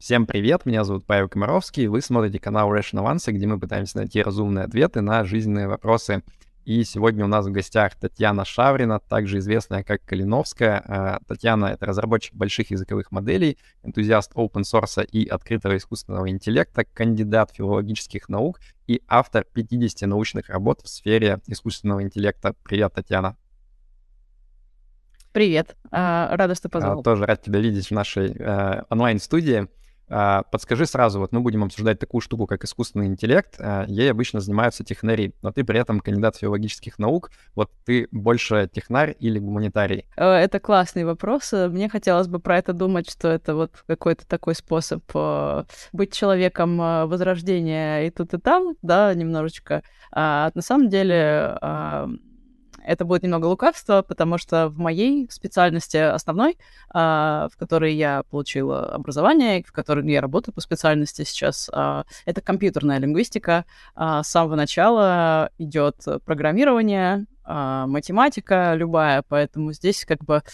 Всем привет, меня зовут Павел Комаровский, вы смотрите канал Rational Answer, где мы пытаемся найти разумные ответы на жизненные вопросы. И сегодня у нас в гостях Татьяна Шаврина, также известная как Калиновская. Татьяна — это разработчик больших языковых моделей, энтузиаст open source и открытого искусственного интеллекта, кандидат филологических наук и автор 50 научных работ в сфере искусственного интеллекта. Привет, Татьяна. Привет, рада, что позвал. Тоже рад тебя видеть в нашей онлайн-студии. Подскажи сразу, вот мы будем обсуждать такую штуку, как искусственный интеллект. Ей обычно занимаются технари, но ты при этом кандидат филологических наук. Вот ты больше технарь или гуманитарий? Это классный вопрос. Мне хотелось бы про это думать, что это вот какой-то такой способ быть человеком возрождения и тут, и там, да, немножечко. На самом деле это будет немного лукавство, потому что в моей специальности основной, в которой я получила образование, в которой я работаю по специальности сейчас, это компьютерная лингвистика. С самого начала идет программирование, математика любая, поэтому здесь как бы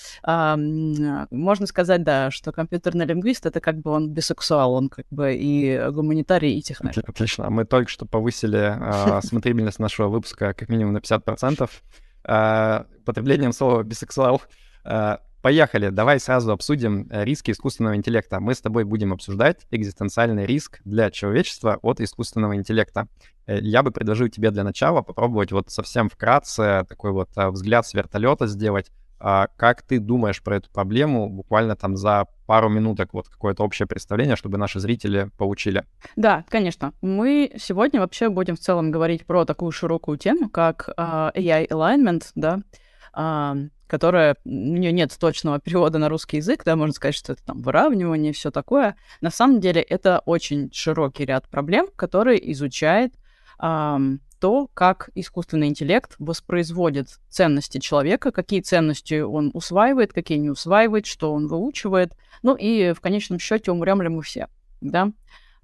можно сказать, да, что компьютерный лингвист — это как бы он бисексуал, он как бы и гуманитарий, и технарь. Отлично. Мы только что повысили смотрибельность нашего выпуска как минимум на 50%. Потреблением слова «бисексуал». Поехали, давай сразу обсудим риски искусственного интеллекта. Мы с тобой будем обсуждать экзистенциальный риск для человечества от искусственного интеллекта. Я бы предложил тебе для начала попробовать вот совсем вкратце такой вот взгляд с вертолета сделать. Как ты думаешь про эту проблему буквально там за пару минуток, вот какое-то общее представление, чтобы наши зрители получили? Да, конечно. Мы сегодня вообще будем в целом говорить про такую широкую тему, как AI alignment, да, которая, у нее нет точного перевода на русский язык, да, можно сказать, что это там выравнивание, все такое. На самом деле это очень широкий ряд проблем, который изучает то, как искусственный интеллект воспроизводит ценности человека, какие ценности он усваивает, какие не усваивает, что он выучивает. Ну и в конечном счете умрем ли мы все, да?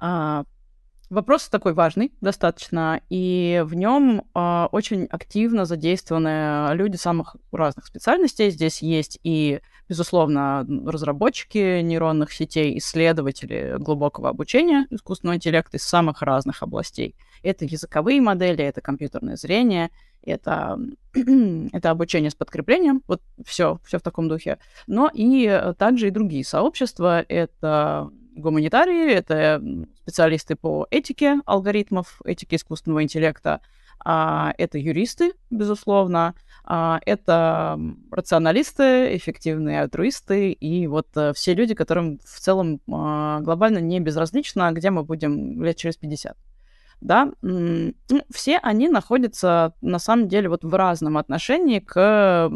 Вопрос такой важный достаточно, и в нем очень активно задействованы люди самых разных специальностей. Здесь есть и, безусловно, разработчики нейронных сетей, исследователи глубокого обучения искусственного интеллекта из самых разных областей. Это языковые модели, это компьютерное зрение, это обучение с подкреплением, вот все в таком духе. Но и также и другие сообщества, это гуманитарии, это специалисты по этике алгоритмов, этике искусственного интеллекта, это юристы, безусловно, это рационалисты, эффективные альтруисты и вот все люди, которым в целом глобально не безразлично, где мы будем лет через 50. Да, все они находятся, на самом деле, вот в разном отношении к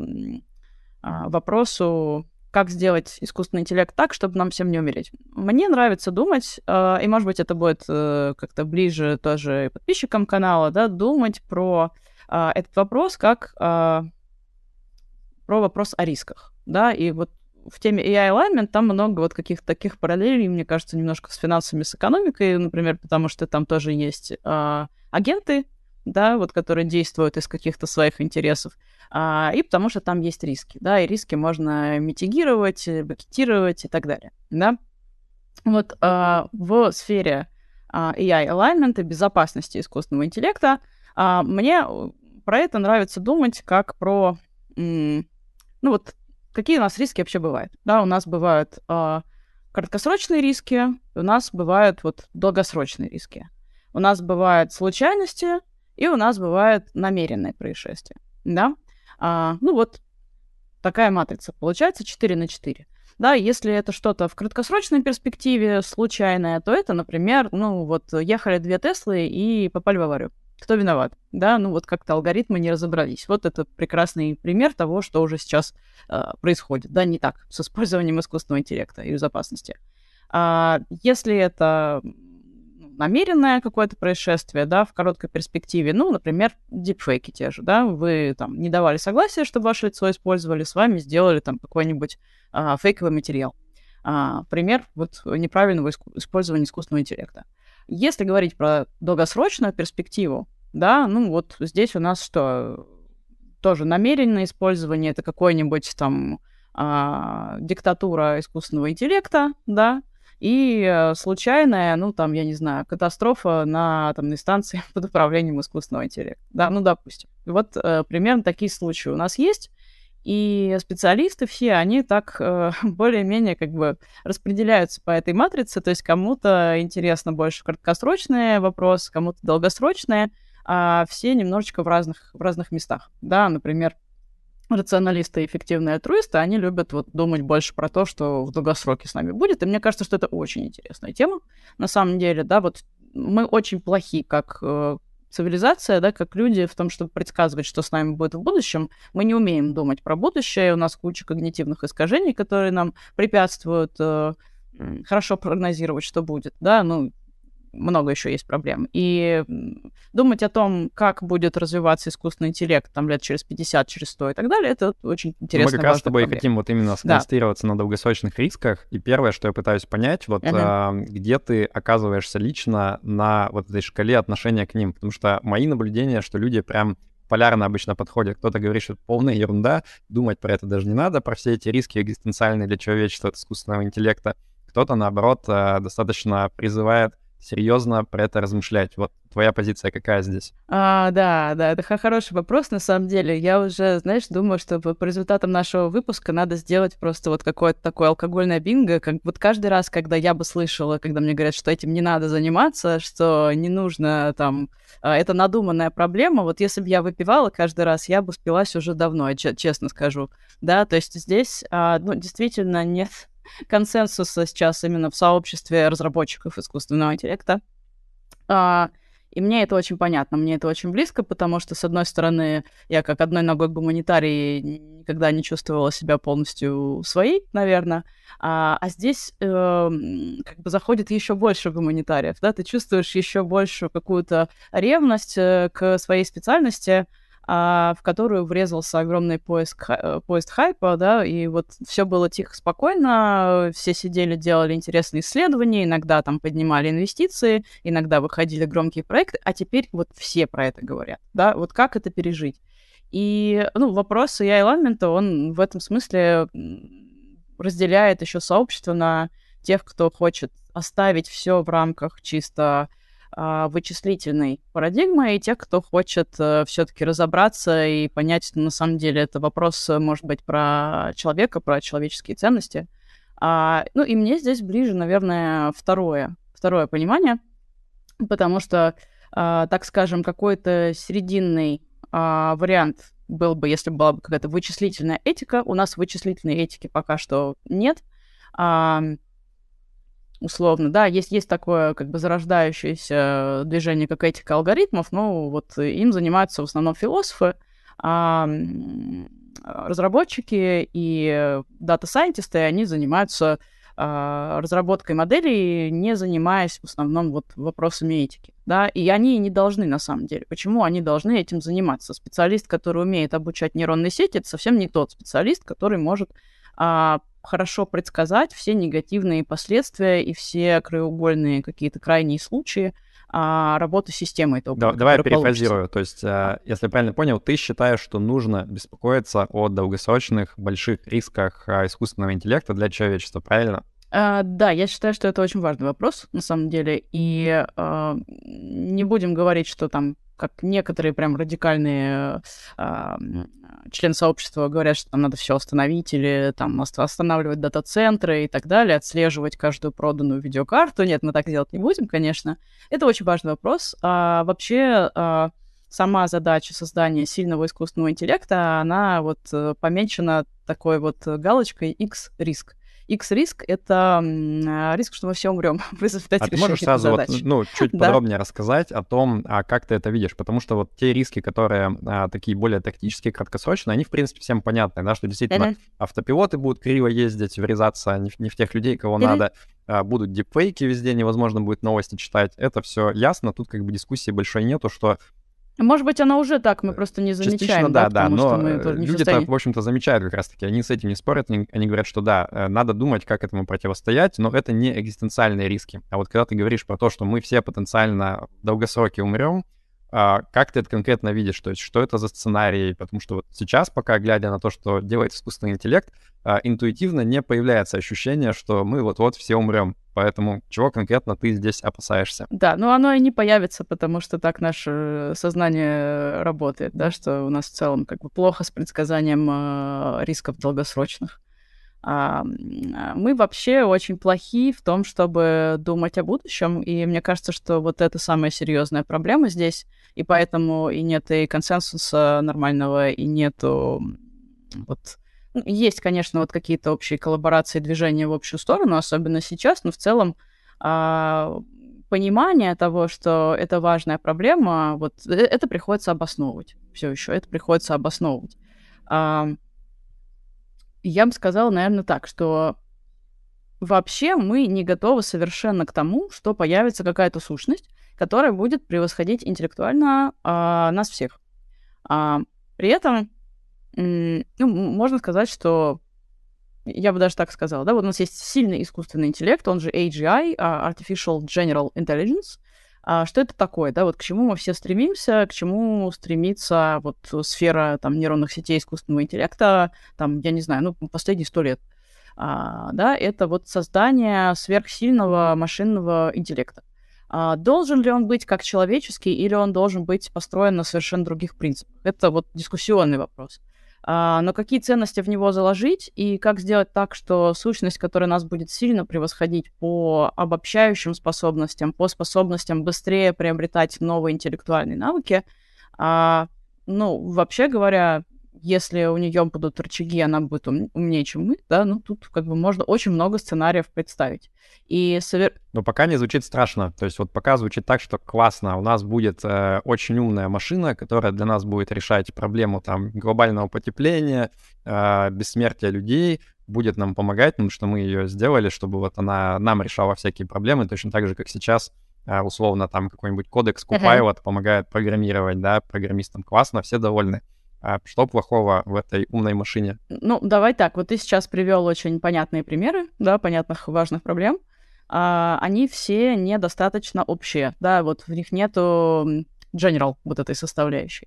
вопросу, как сделать искусственный интеллект так, чтобы нам всем не умереть. Мне нравится думать, и, может быть, это будет как-то ближе тоже подписчикам канала, да, думать про этот вопрос как про вопрос о рисках, да, и вот в теме AI alignment там много вот каких-то таких параллелей, мне кажется, немножко с финансами, с экономикой, например, потому что там тоже есть агенты, да, вот, которые действуют из каких-то своих интересов, и потому что там есть риски, да, и риски можно митигировать, бакетировать и так далее, да. Вот в сфере AI alignment и безопасности искусственного интеллекта мне про это нравится думать как про, ну вот, какие у нас риски вообще бывают. Да, у нас бывают краткосрочные риски, у нас бывают вот долгосрочные риски. У нас бывают случайности, и у нас бывают намеренные происшествия. Да? Ну вот такая матрица. Получается 4/4. Да, если это что-то в краткосрочной перспективе случайное, то это, например, ну вот ехали 2 Теслы и попали в аварию. Кто виноват? Да, ну вот как-то алгоритмы не разобрались. Вот это прекрасный пример того, что уже сейчас происходит. Да, не так с использованием искусственного интеллекта и безопасности. Если это намеренное какое-то происшествие, да, в короткой перспективе, ну, например, дипфейки те же, да, вы там не давали согласия, чтобы ваше лицо использовали, с вами сделали там какой-нибудь фейковый материал. Пример вот неправильного использования искусственного интеллекта. Если говорить про долгосрочную перспективу, да, ну вот здесь у нас что? Тоже намеренное использование, это какой-нибудь там диктатура искусственного интеллекта, да, и случайная, ну, там, я не знаю, катастрофа на атомной станции под управлением искусственного интеллекта. Да, ну, допустим. Вот примерно такие случаи у нас есть. И специалисты все, они так более-менее как бы распределяются по этой матрице, то есть кому-то интересно больше краткосрочные вопросы, кому-то долгосрочные, а все немножечко в разных местах. Да, например, рационалисты и эффективные альтруисты, они любят вот думать больше про то, что в долгосроке с нами будет. И мне кажется, что это очень интересная тема. На самом деле, да, вот мы очень плохи как цивилизация, да, как люди в том, чтобы предсказывать, что с нами будет в будущем. Мы не умеем думать про будущее, у нас куча когнитивных искажений, которые нам препятствуют хорошо прогнозировать, что будет, да, ну, много еще есть проблем. И думать о том, как будет развиваться искусственный интеллект там лет через 50, через 100 и так далее, это очень интересно. Мы как раз с тобой хотим вот именно сконцентрироваться на долгосрочных рисках. И первое, что я пытаюсь понять, вот где ты оказываешься лично на вот этой шкале отношения к ним. Потому что мои наблюдения, что люди прям полярно обычно подходят. Кто-то говорит, что это полная ерунда, думать про это даже не надо, про все эти риски экзистенциальные для человечества от искусственного интеллекта. Кто-то, наоборот, достаточно призывает серьезно про это размышлять. Вот твоя позиция какая здесь? Да, это хороший вопрос, на самом деле. Я уже, знаешь, думаю, что по результатам нашего выпуска надо сделать просто вот какое-то такое алкогольное бинго. Как вот каждый раз, когда я бы слышала, когда мне говорят, что этим не надо заниматься, что не нужно там... Это надуманная проблема. Вот если бы я выпивала каждый раз, я бы спилась уже давно, я честно скажу. Да, то есть здесь, ну, действительно нет консенсуса сейчас именно в сообществе разработчиков искусственного интеллекта. И мне это очень понятно, мне это очень близко, потому что, с одной стороны, я как одной ногой гуманитарий никогда не чувствовала себя полностью своей, наверное, а здесь как бы заходит еще больше гуманитариев, да, ты чувствуешь еще больше какую-то ревность к своей специальности, в которую врезался огромный поезд хайпа, да, и вот все было тихо, спокойно, все сидели, делали интересные исследования, иногда там поднимали инвестиции, иногда выходили громкие проекты, а теперь вот все про это говорят, да, вот как это пережить? И, ну, вопрос AI-alignment, он в этом смысле разделяет еще сообщество на тех, кто хочет оставить все в рамках чисто вычислительной парадигмы, и тех, кто хочет все-таки разобраться и понять, что на самом деле это вопрос, может быть, про человека, про человеческие ценности. Ну, и мне здесь ближе, наверное, второе понимание, потому что, так скажем, какой-то срединный вариант был бы, если бы была бы какая-то вычислительная этика. У нас вычислительной этики пока что нет. Условно, да, есть такое как бы зарождающееся движение, как этика алгоритмов, но вот им занимаются в основном философы, разработчики и дата-сайентисты, они занимаются разработкой моделей, не занимаясь в основном вот вопросами этики, да, и они не должны на самом деле. Почему они должны этим заниматься? Специалист, который умеет обучать нейронные сети, это совсем не тот специалист, который может хорошо предсказать все негативные последствия и все краеугольные какие-то крайние случаи работы системы этого. Давай я перефразирую. То есть, если я правильно понял, ты считаешь, что нужно беспокоиться о долгосрочных больших рисках искусственного интеллекта для человечества, правильно? Да, я считаю, что это очень важный вопрос, на самом деле, и не будем говорить, что там, как некоторые прям радикальные члены сообщества говорят, что там надо все остановить или там останавливать дата-центры и так далее, отслеживать каждую проданную видеокарту. Нет, мы так делать не будем, конечно. Это очень важный вопрос. Вообще, сама задача создания сильного искусственного интеллекта, она вот помечена такой вот галочкой X-риск. X-риск — это риск, что мы все умрем в результате решения можешь сразу задач. Чуть подробнее рассказать о том, как ты это видишь? Потому что вот те риски, которые такие более тактические, краткосрочные, они, в принципе, всем понятны, да, что действительно автопилоты будут криво ездить, врезаться не в тех людей, кого надо, будут дипфейки везде, невозможно будет новости читать. Это все ясно, тут как бы дискуссии большой нету, что... Может быть, оно уже так, мы просто не замечаем. Частично, да, потому но что мы тоже не люди-то, в общем-то, замечают как раз-таки. Они с этим не спорят, они говорят, что да, надо думать, как этому противостоять, но это не экзистенциальные риски. А вот когда ты говоришь про то, что мы все потенциально в долгосроке умрем, Как ты это конкретно видишь? То есть что это за сценарий? Потому что вот сейчас, пока глядя на то, что делает искусственный интеллект, интуитивно не появляется ощущение, что мы вот-вот все умрем. Поэтому чего конкретно ты здесь опасаешься? Да, но оно и не появится, потому что так наше сознание работает, да, что у нас в целом как бы плохо с предсказанием рисков долгосрочных. Мы вообще очень плохи в том, чтобы думать о будущем, и мне кажется, что вот это самая серьезная проблема здесь, и поэтому и нет и консенсуса нормального, и нету вот... Есть, конечно, вот какие-то общие коллаборации, движения в общую сторону, особенно сейчас, но в целом понимание того, что это важная проблема, вот это приходится обосновывать все еще, это приходится обосновывать. Я бы сказала, наверное, так, что вообще мы не готовы совершенно к тому, что появится какая-то сущность, которая будет превосходить интеллектуально нас всех. При этом, можно сказать, что я бы даже так сказала, да, вот у нас есть сильный искусственный интеллект, он же AGI, Artificial General Intelligence. Что это такое, да, вот к чему мы все стремимся, к чему стремится вот сфера там нейронных сетей искусственного интеллекта, там, я не знаю, последние 100 лет, да, это вот создание сверхсильного машинного интеллекта. Должен ли он быть как человеческий, или он должен быть построен на совершенно других принципах? Это вот дискуссионный вопрос. Но какие ценности в него заложить, и как сделать так, что сущность, которая нас будет сильно превосходить по обобщающим способностям, по способностям быстрее приобретать новые интеллектуальные навыки, вообще говоря, если у нее будут рычаги, она будет умнее, чем мы, да, тут как бы можно очень много сценариев представить. Но пока не звучит страшно. То есть вот пока звучит так, что классно, у нас будет очень умная машина, которая для нас будет решать проблему там глобального потепления, бессмертия людей, будет нам помогать, потому что мы ее сделали, чтобы вот она нам решала всякие проблемы, точно так же, как сейчас условно там какой-нибудь кодекс Copilot помогает программировать, да, программистам классно, все довольны. Что плохого в этой умной машине? Давай так. Вот ты сейчас привел очень понятные примеры, да, понятных важных проблем. Они все недостаточно общие, да, вот в них нету general вот этой составляющей.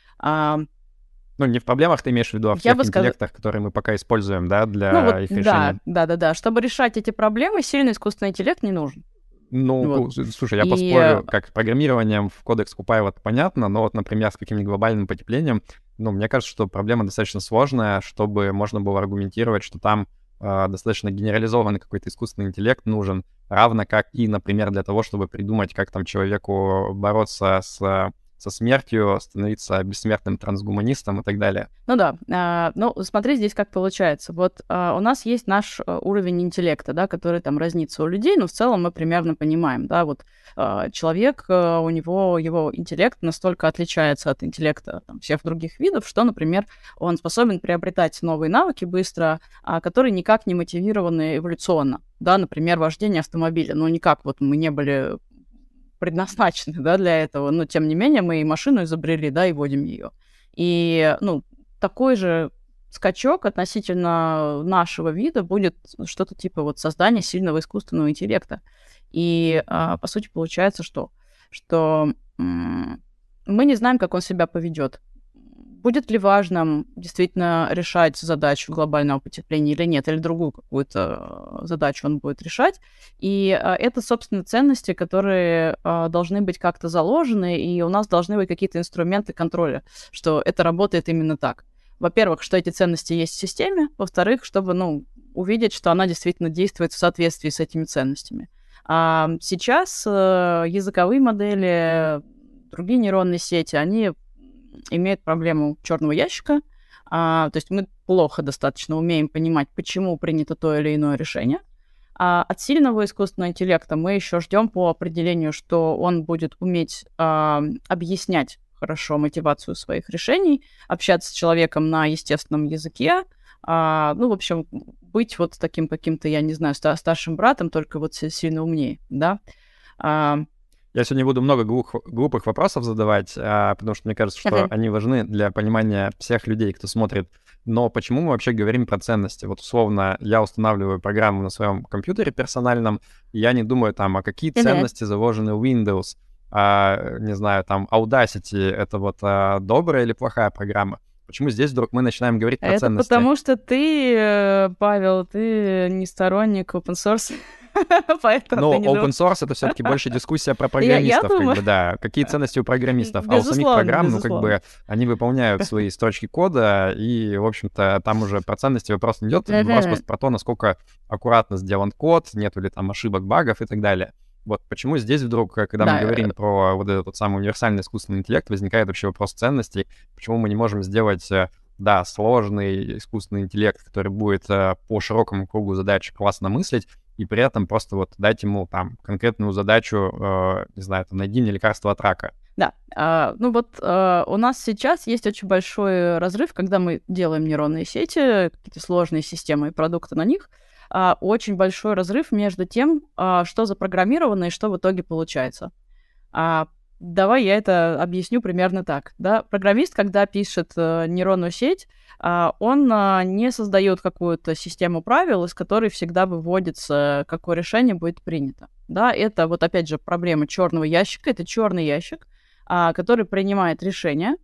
Не в проблемах ты имеешь в виду, а в тех интеллектах, которые мы пока используем, да, для их решения. Да. Чтобы решать эти проблемы, сильный искусственный интеллект не нужен. Слушай, я поспорю, как программированием в кодекс Copilot понятно, но вот, например, с каким-нибудь глобальным потеплением, мне кажется, что проблема достаточно сложная, чтобы можно было аргументировать, что там достаточно генерализованный какой-то искусственный интеллект нужен, равно как и, например, для того, чтобы придумать, как там человеку бороться со смертью, становиться бессмертным трансгуманистом и так далее. Смотри здесь как получается. Вот у нас есть наш уровень интеллекта, да, который там разнится у людей, но в целом мы примерно понимаем, да, вот человек, у него его интеллект настолько отличается от интеллекта там, всех других видов, что, например, он способен приобретать новые навыки быстро, которые никак не мотивированы эволюционно, да, например, вождение автомобиля, никак вот мы не были предназначены, да, для этого, но тем не менее мы и машину изобрели, да, и водим ее. И, такой же скачок относительно нашего вида будет что-то типа вот создания сильного искусственного интеллекта. И, по сути, получается, что мы не знаем, как он себя поведет. Будет ли важным действительно решать задачу глобального потепления или нет, или другую какую-то задачу он будет решать. И это, собственно, ценности, которые должны быть как-то заложены, и у нас должны быть какие-то инструменты контроля, что это работает именно так. Во-первых, что эти ценности есть в системе, во-вторых, чтобы, увидеть, что она действительно действует в соответствии с этими ценностями. Сейчас языковые модели, другие нейронные сети, они имеют проблему черного ящика, то есть мы плохо достаточно умеем понимать, почему принято то или иное решение. От сильного искусственного интеллекта мы еще ждем по определению, что он будет уметь объяснять хорошо мотивацию своих решений, общаться с человеком на естественном языке, в общем, быть вот таким каким-то, я не знаю, старшим братом, только вот сильно умнее, да. Я сегодня буду много глупых вопросов задавать, потому что мне кажется, что они важны для понимания всех людей, кто смотрит. Но почему мы вообще говорим про ценности? Вот условно, я устанавливаю программу на своем компьютере персональном, и я не думаю там, а какие ценности заложены в Windows. не знаю, там, Audacity — это вот добрая или плохая программа? Почему здесь вдруг мы начинаем говорить про Это ценности? потому что ты, Павел, ты не сторонник open source, поэтому Но ты не open думаешь. source — это все-таки больше дискуссия про Я программистов, как думаю, бы, да. Какие ценности у программистов? А у самих безусловно, программ, ну, как безусловно. бы, они выполняют свои строчки кода, и, в общем-то, там уже про ценности вопрос не идет. Вопрос Мгм. просто про то, насколько аккуратно сделан код, нету ли там ошибок, багов и так далее. Вот почему здесь вдруг, когда мы Да, говорим про вот этот вот самый универсальный искусственный интеллект, возникает вообще вопрос ценностей. Почему мы не можем сделать, да, сложный искусственный интеллект, который будет по широкому кругу задач классно мыслить, и при этом просто вот дать ему там конкретную задачу, не знаю, там, найди мне лекарство от рака. да. Ну вот у нас сейчас есть очень большой разрыв, когда мы делаем нейронные сети, какие-то сложные системы и продукты на них. Очень большой разрыв между тем, что запрограммировано и что в итоге получается. А, Давай я это объясню примерно так. Да? Программист, когда пишет нейронную сеть, он не создает какую-то систему правил, из которой всегда выводится, какое решение будет принято. Да? Это вот опять же проблема черного ящика. Это черный ящик, который принимает решение.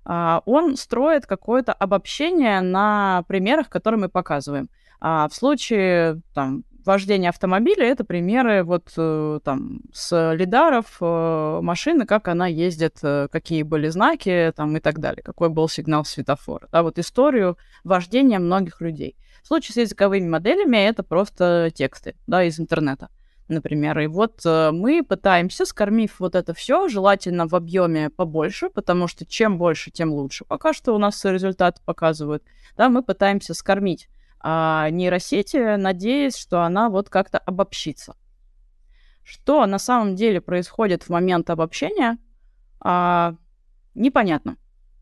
Он строит какое-то обобщение на примерах, которые мы показываем. В случае там, вождения автомобиля — это примеры вот там с лидаров машины, как она ездит, какие были знаки там и так далее, какой был сигнал светофора. Да, вот историю вождения многих людей. В случае с языковыми моделями это просто тексты, да, из интернета, например. И вот мы пытаемся, скормив вот это все, желательно в объеме побольше, потому что чем больше, тем лучше. Пока что у нас результаты показывают. Да, мы пытаемся скормить нейросети, надеясь, что она вот как-то обобщится. Что на самом деле происходит в момент обобщения, непонятно.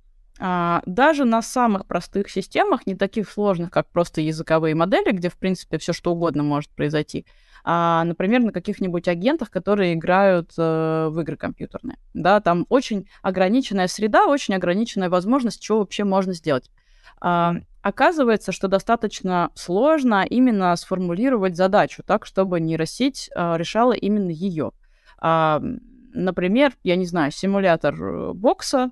Даже на самых простых системах, не таких сложных, как просто языковые модели, где, в принципе, все что угодно может произойти, например, на каких-нибудь агентах, которые играют в игры компьютерные. Да, там очень ограниченная среда, очень ограниченная возможность, что вообще можно сделать. Оказывается, что достаточно сложно именно сформулировать задачу так, чтобы нейросеть решала именно ее. Например, я не знаю, симулятор бокса,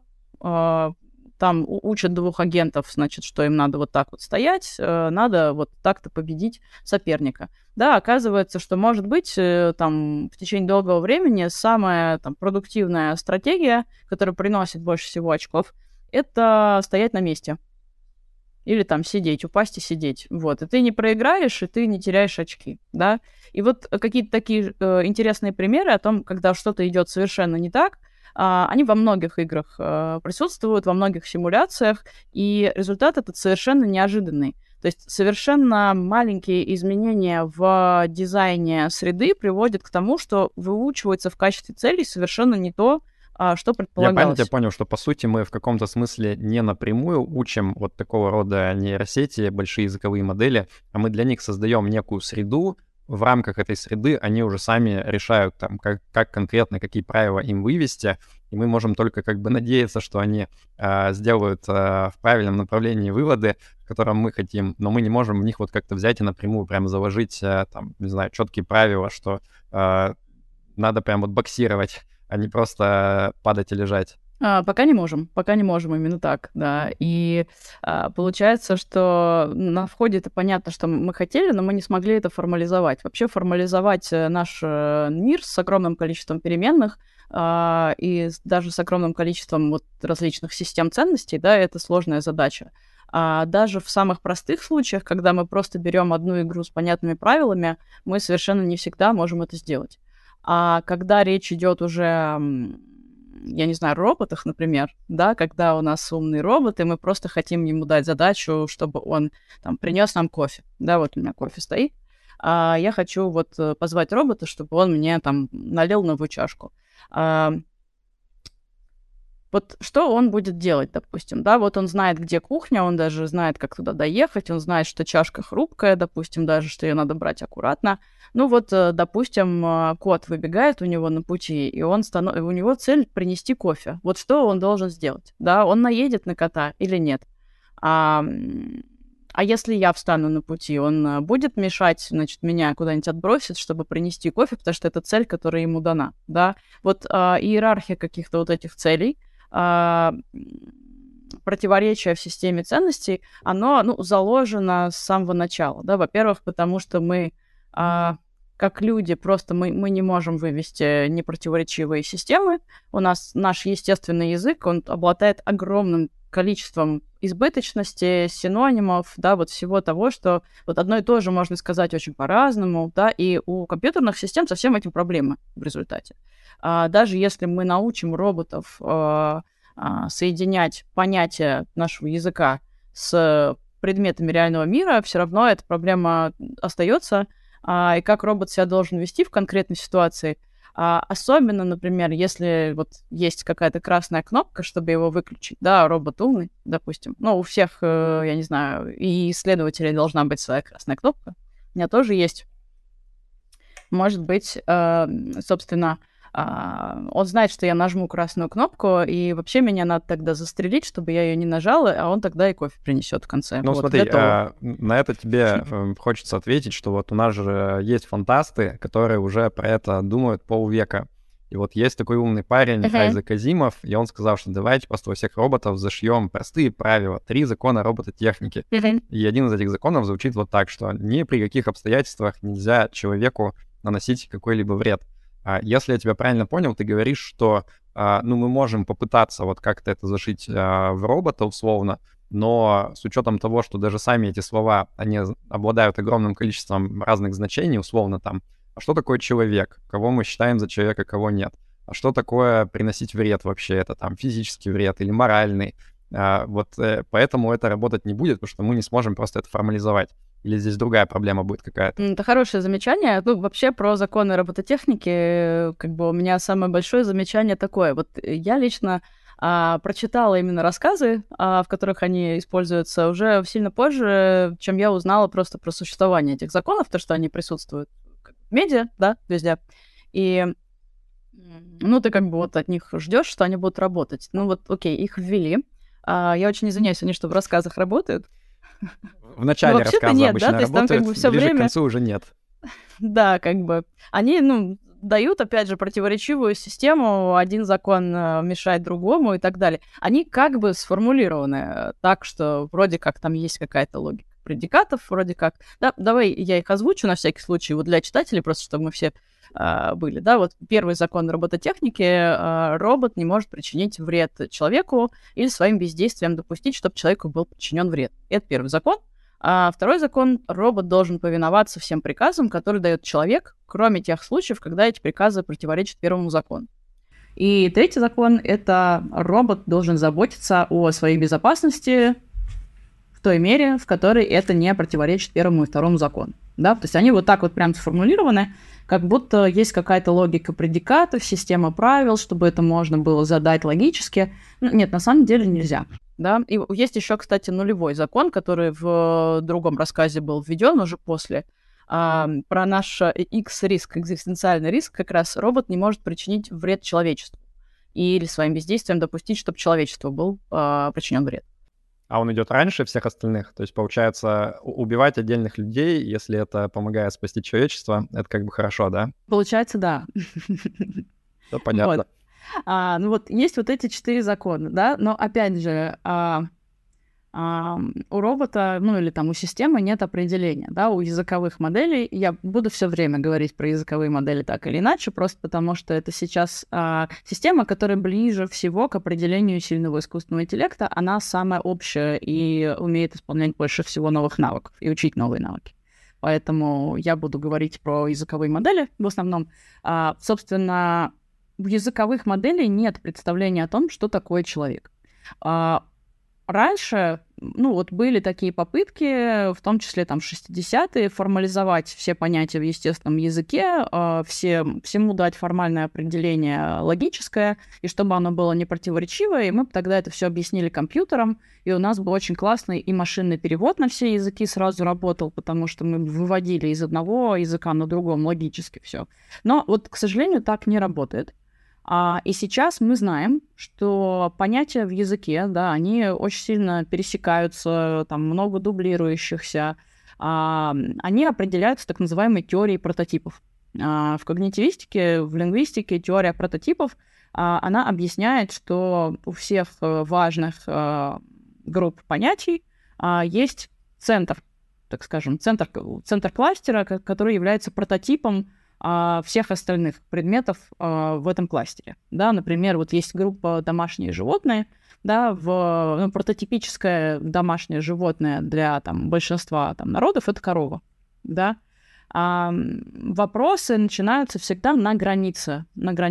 там учат двух агентов, значит, что им надо вот так вот стоять, надо вот так-то победить соперника. Да, оказывается, что, может быть, там в течение долгого времени самая там, продуктивная стратегия, которая приносит больше всего очков, это стоять на месте. Или там сидеть, упасть и сидеть. Вот. И ты не проиграешь, и ты не теряешь очки, да. И вот какие-то такие интересные примеры о том, когда что-то идет совершенно не так, они во многих играх присутствуют, во многих симуляциях, и результат этот совершенно неожиданный. То есть совершенно маленькие изменения в дизайне среды приводят к тому, что выучивается в качестве целей совершенно не то, что Я правильно тебя предполагалось. понял, что, по сути, мы в каком-то смысле не напрямую учим вот такого рода нейросети, большие языковые модели, а мы для них создаем некую среду, в рамках этой среды они уже сами решают, там, как конкретно, какие правила им вывести, и мы можем только как бы надеяться, что они сделают в правильном направлении выводы, к которым мы хотим, но мы не можем в них вот как-то взять и напрямую прям заложить, там, не знаю, четкие правила, что надо прям вот боксировать, а не просто падать и лежать. Пока не можем именно так, да. И получается, что на входе это понятно, что мы хотели, но мы не смогли это формализовать. Вообще формализовать наш мир с огромным количеством переменных и даже с огромным количеством вот различных систем ценностей, да, это сложная задача. Даже в самых простых случаях, когда мы просто берем одну игру с понятными правилами, мы совершенно не всегда можем это сделать. А когда речь идет уже я не знаю, роботах, например, да, когда у нас умный робот, и мы просто хотим ему дать задачу, чтобы он там принес нам кофе. Да, вот у меня кофе стоит. Я хочу вот позвать робота, чтобы он мне там налил новую чашку. Вот что он будет делать, допустим, да, вот он знает, где кухня, он даже знает, как туда доехать, он знает, что чашка хрупкая, допустим, даже, что ее надо брать аккуратно. Ну вот, допустим, кот выбегает у него на пути, и у него цель принести кофе. Вот что он должен сделать, да, он наедет на кота или нет? А если я встану на пути, он будет мешать, значит, меня куда-нибудь отбросить, чтобы принести кофе, потому что это цель, которая ему дана, да? Вот иерархия каких-то вот этих целей, противоречие в системе ценностей, оно, ну, заложено с самого начала, да? Во-первых, потому что мы, как люди, просто мы не можем вывести непротиворечивые системы. У нас наш естественный язык, он обладает огромным количеством избыточности, синонимов, да, вот всего того, что вот одно и то же можно сказать очень по-разному, да, и у компьютерных систем со всем этим проблемы в результате. Даже если мы научим роботов соединять понятия нашего языка с предметами реального мира, все равно эта проблема остается, и как робот себя должен вести в конкретной ситуации. Особенно, например, если вот есть какая-то красная кнопка, чтобы его выключить, да, робот умный, допустим. Ну, у всех, я не знаю, и исследователей должна быть своя красная кнопка. У меня тоже есть. Может быть, собственно, он знает, что я нажму красную кнопку, и вообще меня надо тогда застрелить, чтобы я ее не нажала, а он тогда и кофе принесет в конце. Ну, вот, смотри, на это тебе хочется ответить, что вот у нас же есть фантасты, которые уже про это думают полвека. И вот есть такой умный парень Айзек Азимов, и он сказал, что давайте просто у всех роботов зашьем простые правила, 3 закона робототехники. И один из этих законов звучит вот так, что ни при каких обстоятельствах нельзя человеку наносить какой-либо вред. Если я тебя правильно понял, ты говоришь, что ну, мы можем попытаться вот как-то это зашить в робота условно, но с учетом того, что даже сами эти слова, они обладают огромным количеством разных значений, условно там, а что такое человек, кого мы считаем за человека, кого нет, а что такое приносить вред вообще, это там физический вред или моральный, поэтому это работать не будет, потому что мы не сможем просто это формализовать. Или здесь другая проблема будет какая-то? Это хорошее замечание. Ну, вообще, про законы робототехники, как бы у меня самое большое замечание такое. Вот я лично прочитала именно рассказы, в которых они используются уже сильно позже, чем я узнала просто про существование этих законов, то, что они присутствуют в медиа, да, везде. И, ну, ты как бы вот от них ждешь, что они будут работать. Ну, вот, окей, их ввели. Я очень извиняюсь, они что, в рассказах работают? В начале рассказа нет, обычно да? То есть работают, там как бы все ближе время... к концу уже нет. Да, как бы. Они, ну, дают, опять же, противоречивую систему, один закон мешает другому и так далее. Они как бы сформулированы так, что вроде как там есть какая-то логика предикатов, вроде как... Да, давай я их озвучу на всякий случай, вот для читателей, просто чтобы мы все были, да, вот первый закон робототехники, робот не может причинить вред человеку или своим бездействием допустить, чтобы человеку был причинен вред. Это первый закон. А второй закон — робот должен повиноваться всем приказам, которые дает человек, кроме тех случаев, когда эти приказы противоречат первому закону. И третий закон — это робот должен заботиться о своей безопасности в той мере, в которой это не противоречит первому и второму закону. Да? То есть они вот так вот прям сформулированы, как будто есть какая-то логика предикатов, система правил, чтобы это можно было задать логически. Нет, на самом деле нельзя. Да? И есть еще, кстати, нулевой закон, который в другом рассказе был введен уже после, про наш X-риск, экзистенциальный риск, как раз робот не может причинить вред человечеству или своим бездействием допустить, чтобы человечеству был причинен вред. А он идет раньше всех остальных? То есть, получается, убивать отдельных людей, если это помогает спасти человечество, это как бы хорошо, да? Получается, да. Да, понятно. Вот. Ну вот есть вот эти 4 закона, да, но опять же, у робота, ну или там у системы нет определения, да, у языковых моделей. Я буду все время говорить про языковые модели так или иначе, просто потому что это сейчас система, которая ближе всего к определению сильного искусственного интеллекта, она самая общая и умеет исполнять больше всего новых навыков и учить новые навыки. Поэтому я буду говорить про языковые модели в основном. Собственно, в языковых моделей нет представления о том, что такое человек. Раньше, ну, вот были такие попытки, в том числе там 60-е, формализовать все понятия в естественном языке, всему дать формальное определение логическое, и чтобы оно было не противоречивое, и мы тогда это все объяснили компьютером, и у нас был очень классный и машинный перевод на все языки сразу работал, потому что мы выводили из одного языка на другом логически все. Но вот, к сожалению, так не работает. И сейчас мы знаем, что понятия в языке, да, они очень сильно пересекаются, там много дублирующихся, они определяются так называемой теорией прототипов. В когнитивистике, в лингвистике теория прототипов, она объясняет, что у всех важных групп понятий есть центр, так скажем, центр кластера, который является прототипом всех остальных предметов в этом кластере. Да, например, вот есть группа домашние животные, да, прототипическое домашнее животное для там, большинства там, народов — это корова, да. Вопросы начинаются всегда на границе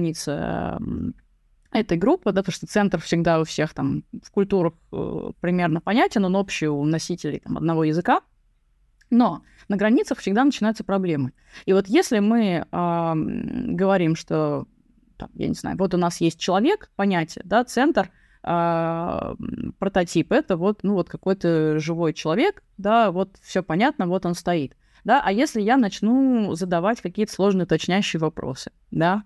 этой группы, да, потому что центр всегда у всех там в культурах примерно понятен, он общий у носителей там, одного языка, но на границах всегда начинаются проблемы. И вот если мы говорим, что, там, я не знаю, вот у нас есть человек, понятие, да, центр, прототип, это вот, ну, вот какой-то живой человек, да, вот все понятно, вот он стоит. Да, а если я начну задавать какие-то сложные уточняющие вопросы, да,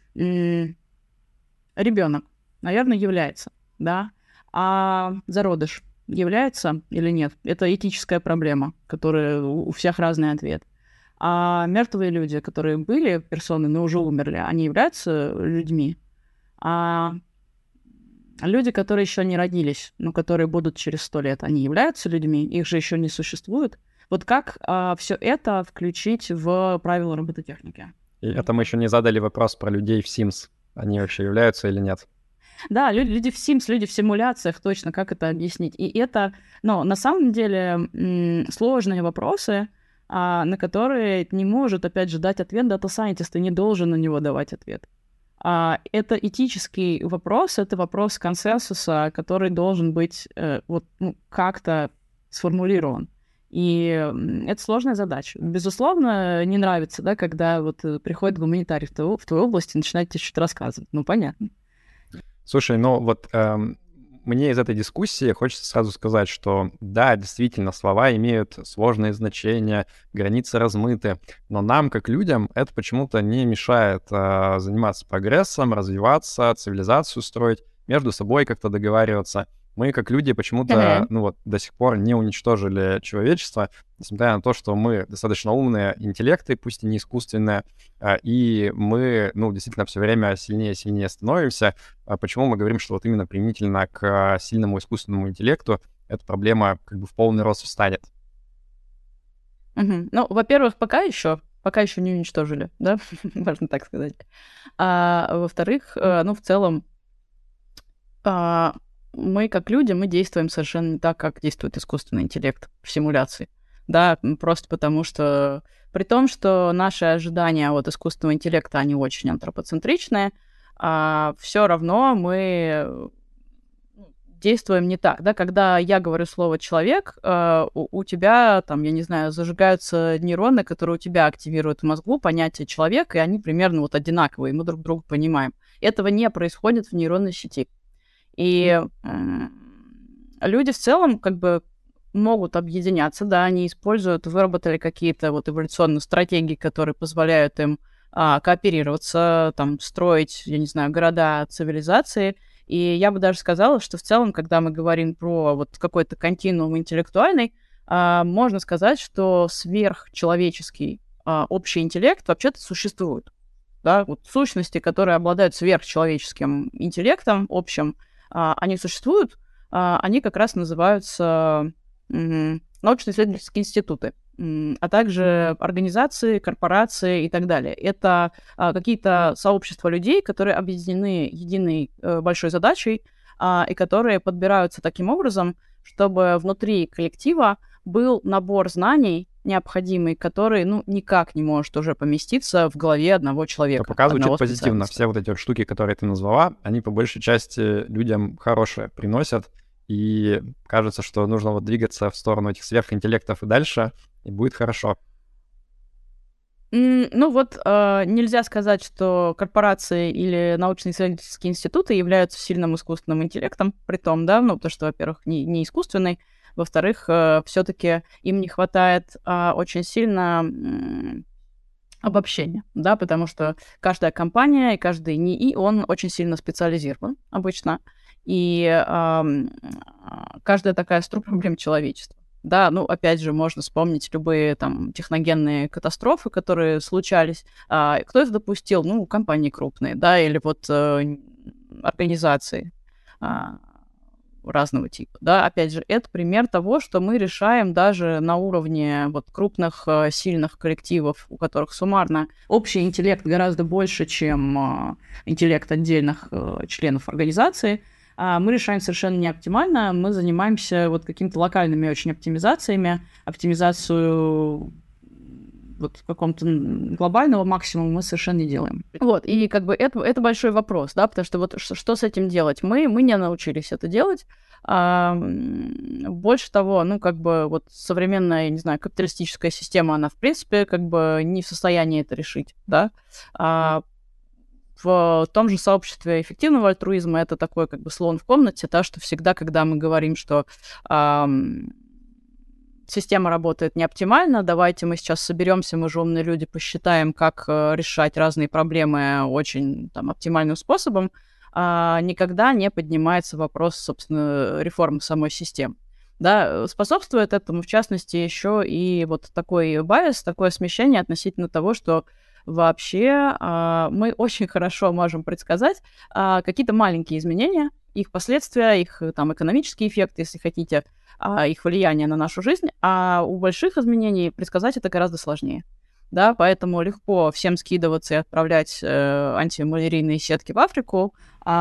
ребенок, наверное, является, да, а зародыш является или нет? Это этическая проблема, которая у всех разный ответ. А мертвые люди, которые были персоны, но уже умерли, они являются людьми. А люди, которые еще не родились, но которые будут через 100 лет, они являются людьми, их же еще не существует. Вот как все это включить в правила робототехники? И это мы еще не задали вопрос про людей в Sims. Они вообще являются или нет? Да, люди в Sims, люди в симуляциях, точно, как это объяснить? И это, но на самом деле сложные вопросы, на которые не может, опять же, дать ответ дата-сайентист, и не должен на него давать ответ. Это этический вопрос, это вопрос консенсуса, который должен быть как-то сформулирован. И это сложная задача. Безусловно, не нравится, да, когда вот приходит гуманитарий в твою область и начинает тебе что-то рассказывать. Ну, понятно. Слушай, ну вот мне из этой дискуссии хочется сразу сказать, что да, действительно, слова имеют сложные значения, границы размыты, но нам, как людям, это почему-то не мешает заниматься прогрессом, развиваться, цивилизацию строить, между собой как-то договариваться. Мы, как люди, почему-то, ну вот, до сих пор не уничтожили человечество, несмотря на то, что мы достаточно умные интеллекты, пусть и не искусственные, и мы, ну, действительно, все время сильнее и сильнее становимся. Почему мы говорим, что вот именно применительно к сильному искусственному интеллекту эта проблема как бы в полный рост встанет? Ну, во-первых, пока еще не уничтожили, да, можно так сказать. А во-вторых, ну, в целом, мы, как люди, мы действуем совершенно не так, как действует искусственный интеллект в симуляции. Да, просто потому что, при том, что наши ожидания от искусственного интеллекта, они очень антропоцентричные, все равно мы действуем не так, да, когда я говорю слово «человек», у тебя, там, я не знаю, зажигаются нейроны, которые у тебя активируют в мозгу понятие «человек», и они примерно вот одинаковые, и мы друг друга понимаем. Этого не происходит в нейронной сети. И люди в целом как бы могут объединяться, да, они выработали какие-то вот эволюционные стратегии, которые позволяют им кооперироваться, там, строить, я не знаю, города, цивилизации. И я бы даже сказала, что в целом, когда мы говорим про вот какой-то континуум интеллектуальный, можно сказать, что сверхчеловеческий общий интеллект вообще-то существует. Да? Вот сущности, которые обладают сверхчеловеческим интеллектом общим, они существуют, они как раз называются научно-исследовательские институты, а также организации, корпорации и так далее. Это какие-то сообщества людей, которые объединены единой большой задачей и которые подбираются таким образом, чтобы внутри коллектива был набор знаний, необходимый, который, ну, никак не может уже поместиться в голове одного человека. Это пока звучит позитивно. Все вот эти вот штуки, которые ты назвала, они по большей части людям хорошее приносят, и кажется, что нужно вот двигаться в сторону этих сверхинтеллектов и дальше, и будет хорошо. Ну вот нельзя сказать, что корпорации или научно-исследовательские институты являются сильным искусственным интеллектом, при том, да, ну, потому что, во-первых, не искусственный, во-вторых, все-таки им не хватает очень сильно обобщение, да, потому что каждая компания и каждый НИИ, он очень сильно специализирован обычно, и каждая такая проблем человечества. Да, ну, опять же, можно вспомнить любые там техногенные катастрофы, которые случались. Кто их допустил? Ну, компании крупные, да, или вот организации разного типа, да. Опять же, это пример того, что мы решаем даже на уровне вот крупных, сильных коллективов, у которых суммарно общий интеллект гораздо больше, чем интеллект отдельных членов организации. Мы решаем совершенно не оптимально, мы занимаемся вот какими-то локальными очень оптимизациями, оптимизацию вот каком-то глобального максимума мы совершенно не делаем. Вот, и как бы это большой вопрос, да, потому что вот что с этим делать? Мы не научились это делать. Больше того, ну, как бы вот современная, я не знаю, капиталистическая система, она, в принципе, как бы не в состоянии это решить, да. В том же сообществе эффективного альтруизма это такой как бы слон в комнате, да, что всегда, когда мы говорим, что система работает не оптимально, давайте мы сейчас соберемся, мы же умные люди, посчитаем, как решать разные проблемы очень там, оптимальным способом, никогда не поднимается вопрос, собственно, реформы самой системы. Да, способствует этому, в частности, еще и вот такой байс, такое смещение относительно того, что вообще мы очень хорошо можем предсказать какие-то маленькие изменения, их последствия, их там экономический эффект, если хотите, их влияние на нашу жизнь, а у больших изменений предсказать это гораздо сложнее. Да, поэтому легко всем скидываться и отправлять антималярийные сетки в Африку,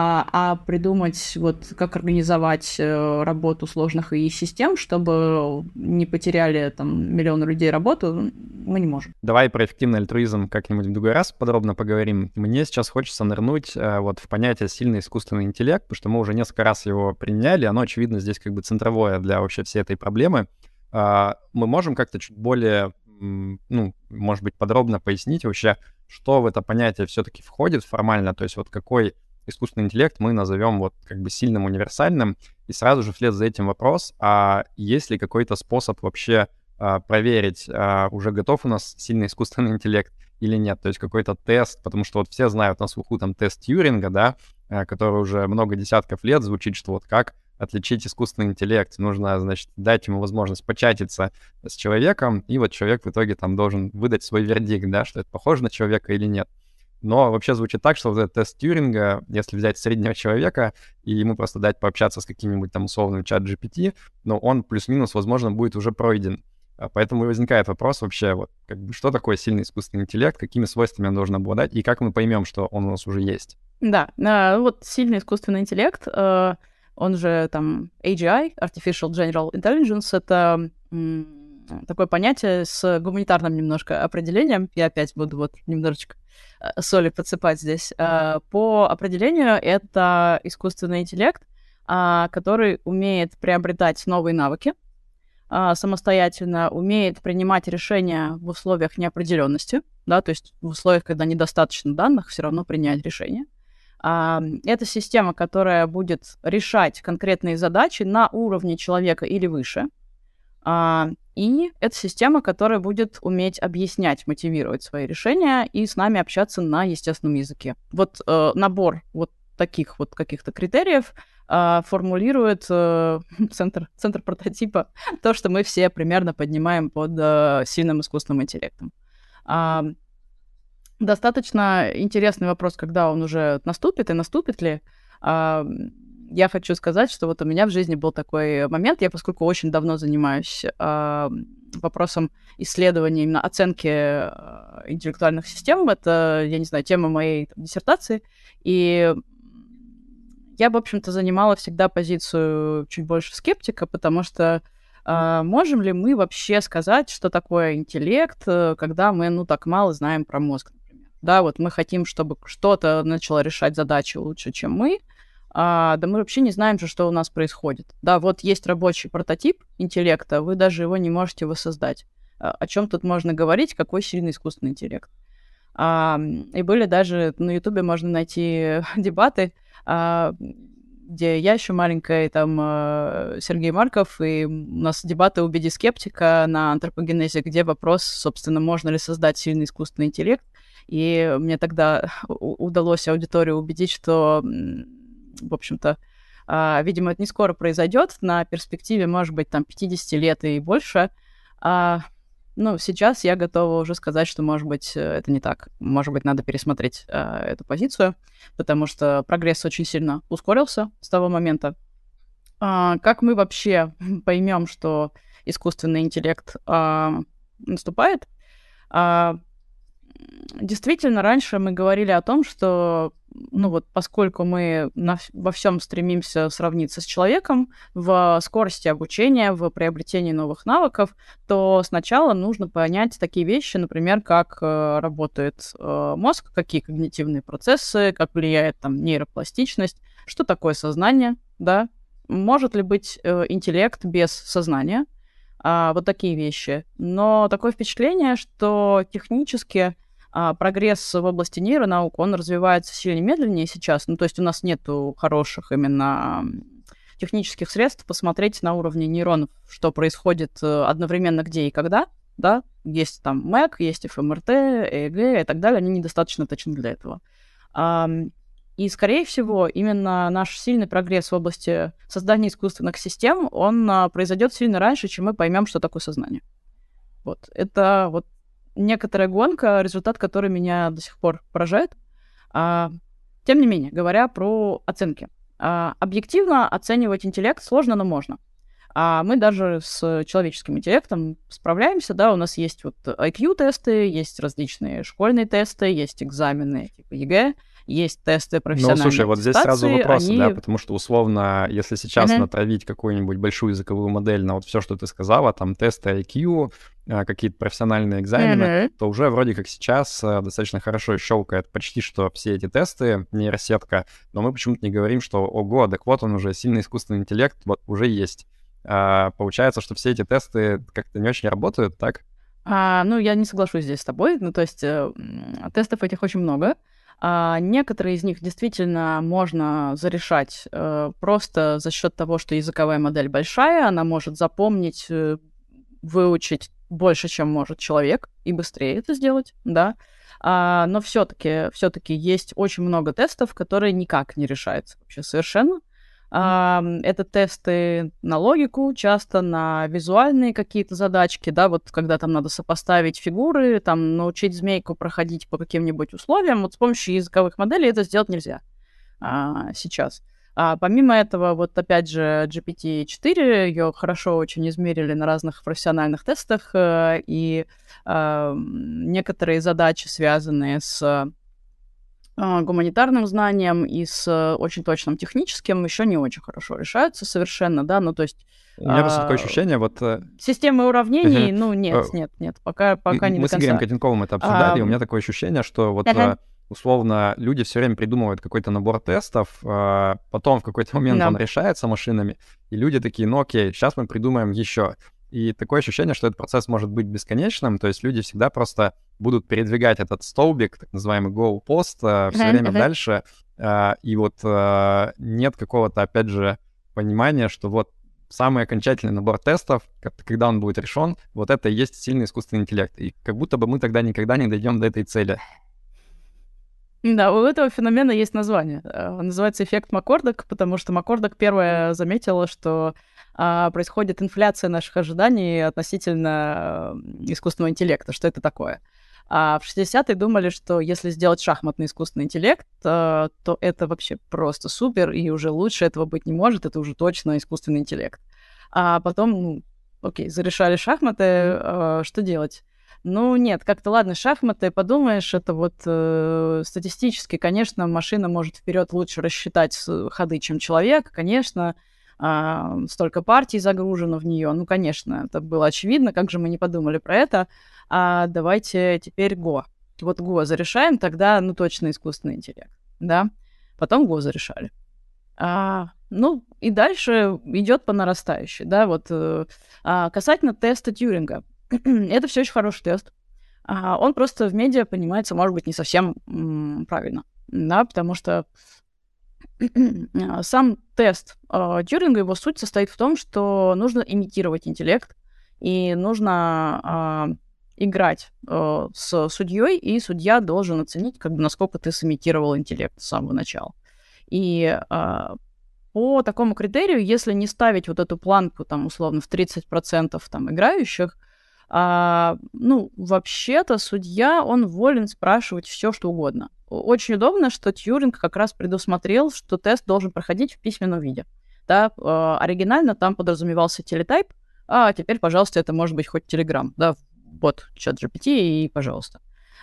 а придумать, вот, как организовать работу сложных ИИ-систем, чтобы не потеряли там миллионы людей работу, мы не можем. Давай про эффективный альтруизм как-нибудь в другой раз подробно поговорим. Мне сейчас хочется нырнуть вот в понятие сильный искусственный интеллект, потому что мы уже несколько раз его применяли, оно, очевидно, здесь как бы центровое для вообще всей этой проблемы. Мы можем как-то чуть более, ну, может быть, подробно пояснить вообще, что в это понятие все-таки входит формально, то есть вот какой искусственный интеллект мы назовем вот как бы сильным, универсальным, и сразу же вслед за этим вопрос, а есть ли какой-то способ вообще проверить, уже готов у нас сильный искусственный интеллект или нет, то есть какой-то тест, потому что вот все знают на слуху там тест Тьюринга, да, который уже много десятков лет звучит, что вот как отличить искусственный интеллект, нужно, значит, дать ему возможность початиться с человеком, и вот человек в итоге там должен выдать свой вердикт, да, что это похоже на человека или нет. Но вообще звучит так, что вот этот тест Тьюринга, если взять среднего человека и ему просто дать пообщаться с каким-нибудь там условным чат GPT, ну, он плюс-минус, возможно, будет уже пройден. Поэтому и возникает вопрос вообще, вот, как бы, что такое сильный искусственный интеллект, какими свойствами он должен обладать, и как мы поймем, что он у нас уже есть. Да, вот сильный искусственный интеллект, он же там AGI, Artificial General Intelligence, это такое понятие с гуманитарным немножко определением. Я опять буду вот немножечко соли подсыпать здесь. По определению это искусственный интеллект, который умеет приобретать новые навыки, самостоятельно, умеет принимать решения в условиях неопределенности, да, то есть в условиях, когда недостаточно данных, все равно принять решение. Это система, которая будет решать конкретные задачи на уровне человека или выше. И это система, которая будет уметь объяснять, мотивировать свои решения и с нами общаться на естественном языке. Вот набор вот таких вот каких-то критериев формулирует центр прототипа то, что мы все примерно поднимаем под сильным искусственным интеллектом. Достаточно интересный вопрос, когда он уже наступит и наступит ли. Я хочу сказать, что вот у меня в жизни был такой момент, я поскольку очень давно занимаюсь вопросом исследования, именно оценки интеллектуальных систем, это, я не знаю, тема моей диссертации, и я, в общем-то, занимала всегда позицию чуть больше скептика, потому что можем ли мы вообще сказать, что такое интеллект, когда мы, ну, так мало знаем про мозг, например. Да, вот мы хотим, чтобы что-то начало решать задачи лучше, чем мы, да мы вообще не знаем же, что у нас происходит. Да, вот есть рабочий прототип интеллекта, вы даже его не можете воссоздать. О чем тут можно говорить, какой сильный искусственный интеллект? И были даже на Ютубе можно найти дебаты, где я еще маленькая, и там Сергей Марков, и у нас дебаты «Убеди скептика» на антропогенезе, где вопрос, собственно, можно ли создать сильный искусственный интеллект. И мне тогда удалось аудиторию убедить, что, в общем-то, видимо, это не скоро произойдет, на перспективе, может быть, там 50 лет и больше. Ну, сейчас я готова уже сказать, что, может быть, это не так. Может быть, надо пересмотреть эту позицию, потому что прогресс очень сильно ускорился с того момента. Как мы вообще поймем, что искусственный интеллект наступает? Действительно, раньше мы говорили о том, что, ну вот, поскольку мы во всем стремимся сравниться с человеком в скорости обучения, в приобретении новых навыков, то сначала нужно понять такие вещи, например, как работает мозг, какие когнитивные процессы, как влияет там нейропластичность, что такое сознание, да, может ли быть интеллект без сознания, вот такие вещи. Но такое впечатление, что технически прогресс в области нейронаук, он развивается сильно медленнее сейчас. Ну, то есть у нас нету хороших именно технических средств посмотреть на уровне нейронов, что происходит одновременно где и когда, да. Есть там МЭК, есть ФМРТ, ЭЭГ и так далее, они недостаточно точны для этого. И, скорее всего, именно наш сильный прогресс в области создания искусственных систем, он произойдет сильно раньше, чем мы поймем, что такое сознание. Вот. Это вот некоторая гонка, результат которой меня до сих пор поражает. Тем не менее, говоря про оценки. Объективно оценивать интеллект сложно, но можно. Мы даже с человеческим интеллектом справляемся, да, у нас есть вот IQ-тесты, есть различные школьные тесты, есть экзамены типа ЕГЭ, есть тесты профессиональные. Ну, слушай, вот здесь сразу вопросы, да, потому что, условно, если сейчас натравить какую-нибудь большую языковую модель на вот все, что ты сказала, там тесты IQ, какие-то профессиональные экзамены, то уже вроде как сейчас достаточно хорошо щелкает почти что все эти тесты, нейросетка, но мы почему-то не говорим, что, ого, так вот он уже сильный искусственный интеллект, вот уже есть. Получается, что все эти тесты как-то не очень работают, так? Ну, я не соглашусь здесь с тобой, ну, то есть тестов этих очень много. Некоторые из них действительно можно зарешать просто за счет того, что языковая модель большая, она может запомнить, выучить больше, чем может человек, и быстрее это сделать, да. Но все-таки есть очень много тестов, которые никак не решаются вообще совершенно. Это тесты на логику, часто на визуальные какие-то задачки, да, вот когда там надо сопоставить фигуры, там научить змейку проходить по каким-нибудь условиям, вот с помощью языковых моделей это сделать нельзя сейчас. Помимо этого, вот опять же, GPT-4, ее хорошо очень измерили на разных профессиональных тестах, и некоторые задачи, связанные с гуманитарным знанием и с очень точным техническим, еще не очень хорошо решаются совершенно, да, ну, то есть... У меня просто такое ощущение, вот... Системы уравнений, ну, нет, пока не до конца. Мы с Игорем Котенковым это обсуждали, и у меня такое ощущение, что вот... Условно, люди все время придумывают какой-то набор тестов, потом в какой-то момент он решается машинами, и люди такие, ну окей, сейчас мы придумаем еще. И такое ощущение, что этот процесс может быть бесконечным, то есть люди всегда просто будут передвигать этот столбик, так называемый goal-post, все время дальше, и вот нет какого-то, опять же, понимания, что вот самый окончательный набор тестов, когда он будет решен, вот это и есть сильный искусственный интеллект. И как будто бы мы тогда никогда не дойдем до этой цели. Да, у этого феномена есть название. Называется эффект Маккордак, потому что Маккордак первая заметила, что происходит инфляция наших ожиданий относительно искусственного интеллекта. Что это такое? В 60-е думали, что если сделать шахматный искусственный интеллект, то это вообще просто супер, и уже лучше этого быть не может, это уже точно искусственный интеллект. А потом, окей, зарешали шахматы, что делать? Ну, нет, как-то, ладно, шахматы, подумаешь, это вот статистически, конечно, машина может вперед лучше рассчитать ходы, чем человек, конечно, столько партий загружено в нее, ну, конечно, это было очевидно, как же мы не подумали про это, давайте теперь Го. Вот Го зарешаем, тогда, ну, точно искусственный интеллект, да, потом Го зарешали. Ну, и дальше идет по нарастающей, да, вот касательно теста Тьюринга. Это все очень хороший тест. Он просто в медиа понимается, может быть, не совсем правильно, да, потому что Сам тест Тьюринга, его суть состоит в том, что нужно имитировать интеллект, и нужно играть с судьей, и судья должен оценить, как бы, насколько ты сымитировал интеллект с самого начала. И по такому критерию, если не ставить вот эту планку, там, условно, в 30% там, играющих, вообще-то судья, он волен спрашивать все, что угодно. Очень удобно, что Тьюринг как раз предусмотрел, что тест должен проходить в письменном виде. Да, оригинально там подразумевался телетайп, а теперь, пожалуйста, это может быть хоть Telegram, да, бот ChatGPT, и пожалуйста.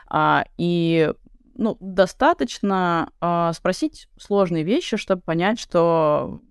Достаточно спросить сложные вещи, чтобы понять, что,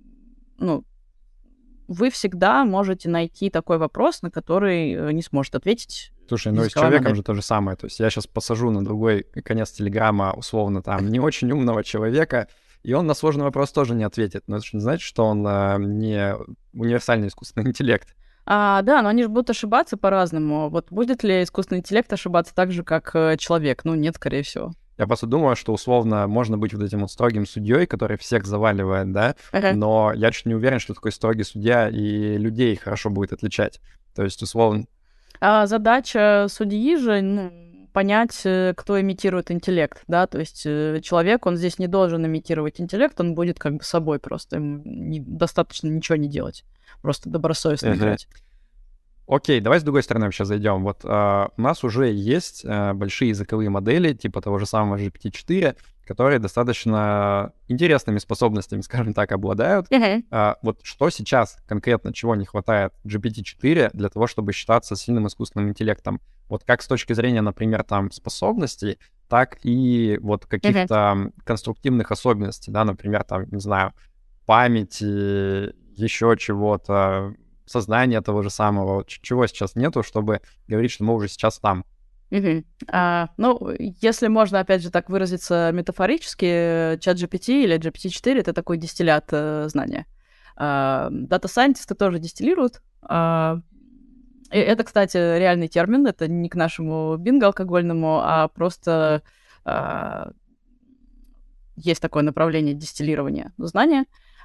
вы всегда можете найти такой вопрос, на который не сможет ответить. Слушай, и с человеком же то же самое. То есть я сейчас посажу на другой конец Телеграма, условно, там, не очень умного человека, и он на сложный вопрос тоже не ответит. Но это же не значит, что он не универсальный искусственный интеллект. Да, но они же будут ошибаться по-разному. Вот будет ли искусственный интеллект ошибаться так же, как человек? Нет, скорее всего. Я просто думаю, что, условно, можно быть вот этим вот строгим судьей, который всех заваливает, да, но я чуть не уверен, что такой строгий судья и людей хорошо будет отличать. То есть, условно... Задача судьи же, понять, кто имитирует интеллект, да, то есть человек, он здесь не должен имитировать интеллект, он будет как бы собой просто, ему достаточно ничего не делать, просто добросовестно играть. Окей, давай с другой стороны вообще зайдем. Вот у нас уже есть большие языковые модели, типа того же самого GPT-4, которые достаточно интересными способностями, скажем так, обладают. Вот что сейчас конкретно, чего не хватает GPT-4 для того, чтобы считаться сильным искусственным интеллектом? Вот как с точки зрения, например, там способностей, так и вот каких-то конструктивных особенностей, да, например, там, не знаю, памяти, еще чего-то, сознания того же самого, чего сейчас нету, чтобы говорить, что мы уже сейчас там. Если можно, опять же, так выразиться метафорически, ChatGPT или GPT-4 — это такой дистиллят знания. Дата-сайентисты тоже дистиллируют. Это, кстати, реальный термин, это не к нашему бинго алкогольному, а просто есть такое направление дистиллирования знания.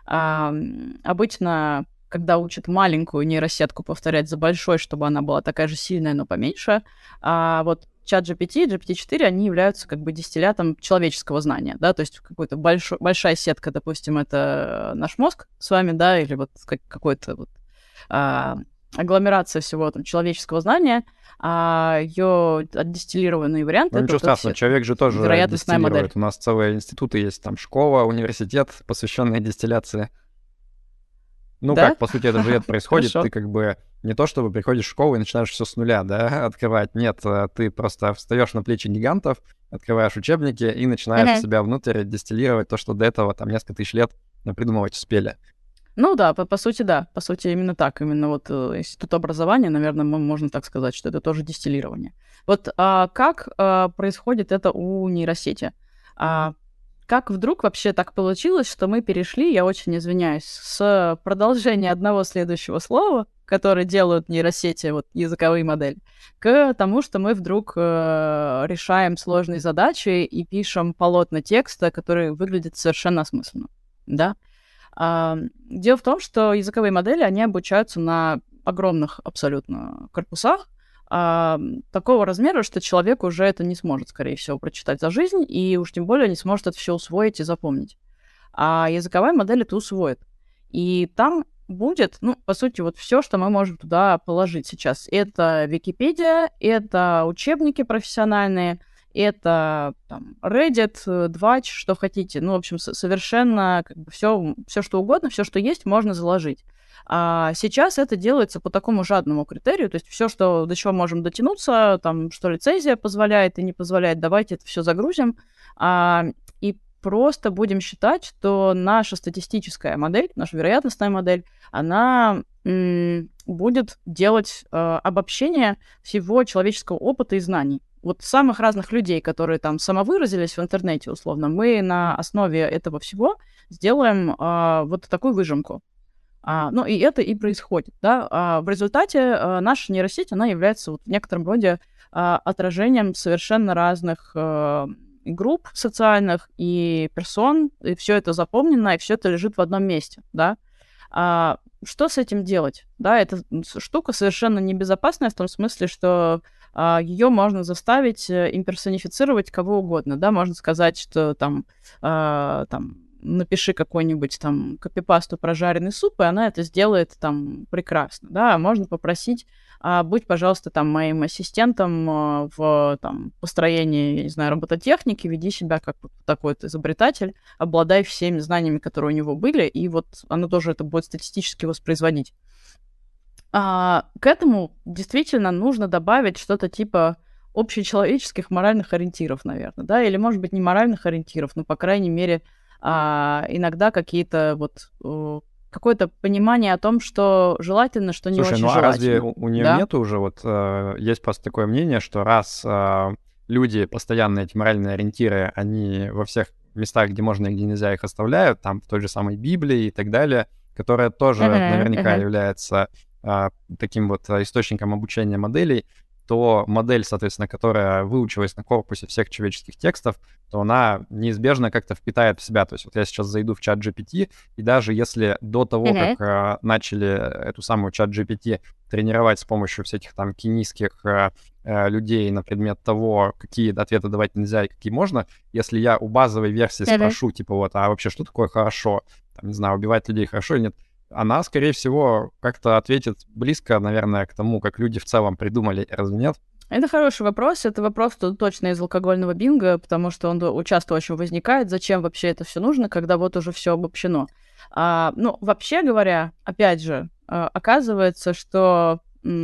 Обычно, когда учат маленькую нейросетку повторять за большой, чтобы она была такая же сильная, но поменьше, вот ChatGPT, GPT-4, они являются как бы дистиллятом человеческого знания, да, то есть какая-то большая сетка, допустим, это наш мозг с вами, да, или вот какой-то вот агломерация всего там человеческого знания, ее отдистиллированный вариант — это ничего страшного, человек же тоже вероятностная модель. У нас целые институты есть, там школа, университет, посвященная дистилляции. Как, по сути, это же происходит, ты как бы не то чтобы приходишь в школу и начинаешь все с нуля, да, открывать. Нет, ты просто встаешь на плечи гигантов, открываешь учебники и начинаешь себя внутрь дистиллировать то, что до этого там несколько тысяч лет придумывать успели. По сути, да. По сути, именно так. Именно вот институт образования, наверное, можно так сказать, что это тоже дистиллирование. Вот как происходит это у нейросети? Как вдруг вообще так получилось, что мы перешли, я очень извиняюсь, с продолжения одного следующего слова, которое делают нейросети, вот языковые модели, к тому, что мы вдруг решаем сложные задачи и пишем полотна текста, которые выглядят совершенно осмысленно, да? Дело в том, что языковые модели, они обучаются на огромных абсолютно корпусах, такого размера, что человек уже это не сможет, скорее всего, прочитать за жизнь, и уж тем более не сможет это все усвоить и запомнить. А языковая модель это усвоит. И там будет, по сути, вот все, что мы можем туда положить сейчас. Это Википедия, это учебники профессиональные, это там, Reddit, Двач, что хотите. В общем, совершенно как бы все, что угодно, все, что есть, можно заложить. А сейчас это делается по такому жадному критерию, то есть все, до чего можем дотянуться, там, что лицензия позволяет и не позволяет, давайте это все загрузим, и просто будем считать, что наша статистическая модель, наша вероятностная модель, она будет делать обобщение всего человеческого опыта и знаний. Вот самых разных людей, которые там самовыразились в интернете, условно, мы на основе этого всего сделаем вот такую выжимку. И это и происходит, да. В результате наша нейросеть, она является вот в некотором роде отражением совершенно разных и групп социальных, и персон, и все это запомнено, и все это лежит в одном месте, да. Что с этим делать? Да, эта штука совершенно небезопасная в том смысле, что ее можно заставить имперсонифицировать кого угодно, да, можно сказать, что там напиши какой-нибудь там копипасту про жареный суп, и она это сделает там прекрасно, да, можно попросить будь, пожалуйста, там моим ассистентом в там построении, я не знаю, робототехники, веди себя как вот такой вот изобретатель, обладай всеми знаниями, которые у него были, и вот оно тоже это будет статистически воспроизводить. К этому действительно нужно добавить что-то типа общечеловеческих моральных ориентиров, наверное, да, или, может быть, не моральных ориентиров, но, по крайней мере, иногда какие-то вот какое-то понимание о том, что желательно, что не Слушай, очень ну а разве желательно. у нее Да? нету уже вот есть просто такое мнение, что раз люди постоянно эти моральные ориентиры, они во всех местах, где можно и где нельзя, их оставляют, там в той же самой Библии и так далее, которая тоже наверняка является таким вот источником обучения моделей, то модель, соответственно, которая выучилась на корпусе всех человеческих текстов, то она неизбежно как-то впитает в себя. То есть вот я сейчас зайду в чат GPT, и даже если до того, как начали эту самую чат GPT тренировать с помощью всяких там кенийских людей на предмет того, какие ответы давать нельзя и какие можно, если я у базовой версии спрошу, типа вот, а вообще что такое хорошо? Там, не знаю, убивать людей хорошо или нет? Она, скорее всего, как-то ответит близко, наверное, к тому, как люди в целом придумали, разве нет? Это хороший вопрос. Это вопрос точно из алкогольного бинго, потому что он часто очень возникает. Зачем вообще это все нужно, когда вот уже все обобщено? Ну, вообще говоря, опять же, оказывается, что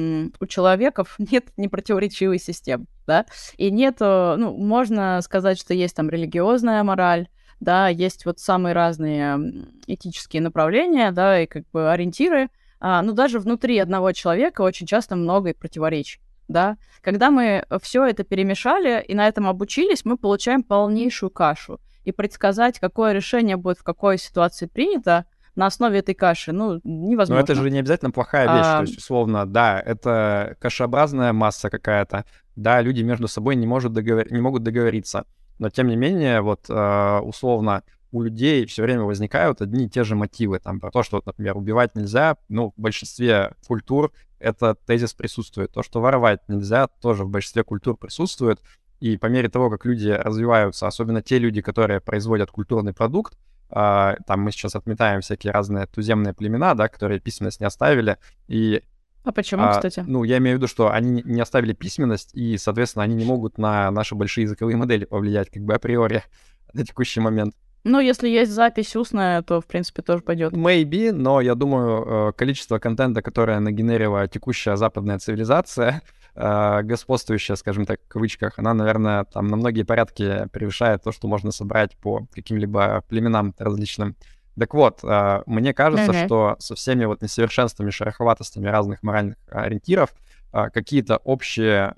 у человеков нет непротиворечивой системы, да, и нет, ну, можно сказать, что есть там религиозная мораль, да, есть вот самые разные этические направления, да, и как бы ориентиры, но даже внутри одного человека очень часто много противоречий, да. Когда мы все это перемешали и на этом обучились, мы получаем полнейшую кашу. И предсказать, какое решение будет в какой ситуации принято на основе этой каши, ну, невозможно. Но это же не обязательно плохая вещь. То есть, условно, да, это кашеобразная масса какая-то. Да, люди между собой не могут договориться. Но, тем не менее, вот, условно, у людей все время возникают одни и те же мотивы. Там, про то, что, вот, например, убивать нельзя, ну, в большинстве культур этот тезис присутствует. То, что воровать нельзя, тоже в большинстве культур присутствует. И по мере того, как люди развиваются, особенно те люди, которые производят культурный продукт, там мы сейчас отметаем всякие разные туземные племена, да, которые письменность не оставили. И, а почему, кстати? Ну, я имею в виду, что они не оставили письменность, и, соответственно, они не могут на наши большие языковые модели повлиять, как бы априори на текущий момент. Ну, если есть запись устная, то, в принципе, тоже пойдет. Maybe, но я думаю, количество контента, которое нагенерила текущая западная цивилизация, господствующая, скажем так, в кавычках, она, наверное, там на многие порядки превышает то, что можно собрать по каким-либо племенам различным. Так вот, мне кажется, что со всеми вот несовершенствами, шероховатостями разных моральных ориентиров какие-то общие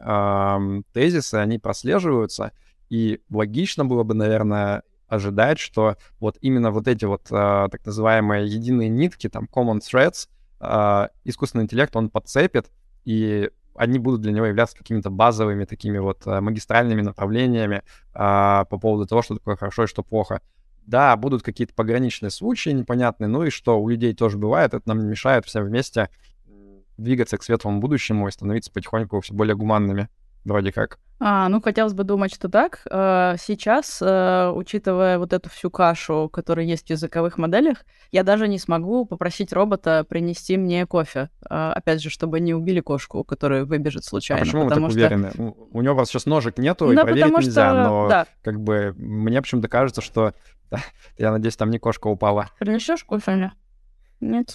тезисы, они прослеживаются, и логично было бы, наверное, ожидать, что вот именно вот эти вот так называемые единые нитки, там, common threads, искусственный интеллект, он подцепит, и они будут для него являться какими-то базовыми такими вот магистральными направлениями по поводу того, что такое хорошо и что плохо. Да, будут какие-то пограничные случаи непонятные, ну и что, у людей тоже бывает, это нам не мешает всем вместе двигаться к светлому будущему и становиться потихоньку все более гуманными, вроде как. Ну, хотелось бы думать, что так. Сейчас, учитывая вот эту всю кашу, которая есть в языковых моделях, я даже не смогу попросить робота принести мне кофе. Опять же, чтобы не убили кошку, которая выбежит случайно. А почему вы так уверены? У него просто сейчас ножек нету, и проверить нельзя, но как бы мне почему-то кажется, что... Я надеюсь, там не кошка упала. Принесешь кофе? Нет.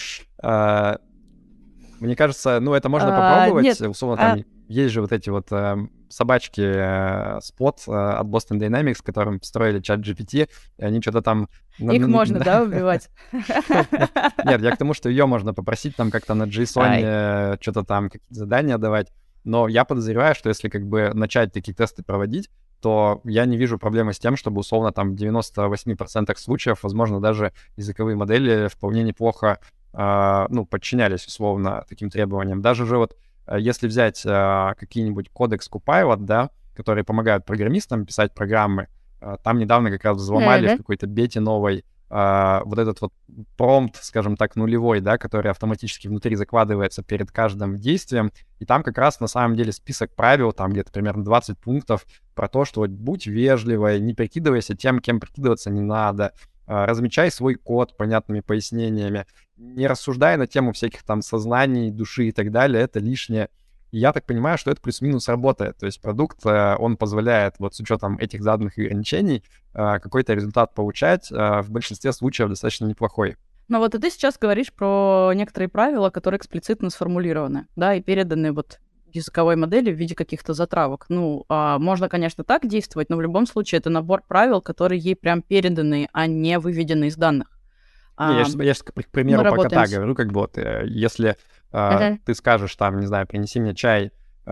Мне кажется, ну, это можно попробовать. Условно, там есть же вот эти вот собачки Spot от Boston Dynamics, которым строили чат GPT, и они что-то там... Их можно, да, убивать? Нет, я к тому, что ее можно попросить там как-то на JSON что-то там, какие-то задания давать. Но я подозреваю, что если как бы начать такие тесты проводить, то я не вижу проблемы с тем, чтобы, условно, там в 98% случаев, возможно, даже языковые модели вполне неплохо ну, подчинялись, условно, таким требованиям. Даже же вот если взять какие-нибудь кодекс Copilot, да, которые помогают программистам писать программы. Там недавно как раз взломали в какой-то бете новой вот этот вот промпт, скажем так, нулевой, да, который автоматически внутри закладывается перед каждым действием. И там как раз на самом деле список правил, там где-то примерно 20 пунктов про то, что вот будь вежливой, не прикидывайся тем, кем прикидываться не надо, размечай свой код понятными пояснениями, не рассуждай на тему всяких там сознаний, души и так далее, это лишнее. И я так понимаю, что это плюс-минус работает. То есть продукт, он позволяет вот с учетом этих заданных ограничений какой-то результат получать, в большинстве случаев достаточно неплохой. Ну вот и ты сейчас говоришь про некоторые правила, которые эксплицитно сформулированы, да, и переданы вот языковой модели в виде каких-то затравок. Ну, можно, конечно, так действовать, но в любом случае это набор правил, которые ей прям переданы, а не выведены из данных. Не, я сейчас, к примеру, про кота говорю, как бы вот, если ты скажешь там, не знаю, принеси мне чай,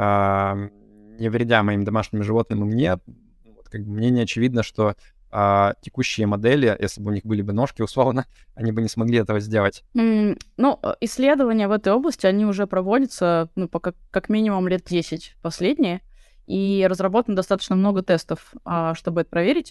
не вредя моим домашним животным и мне, вот, как бы мне не очевидно, что текущие модели, если бы у них были бы ножки, условно, они бы не смогли этого сделать. Ну, исследования в этой области, они уже проводятся, ну, пока как минимум лет 10 последние, и разработано достаточно много тестов, чтобы это проверить.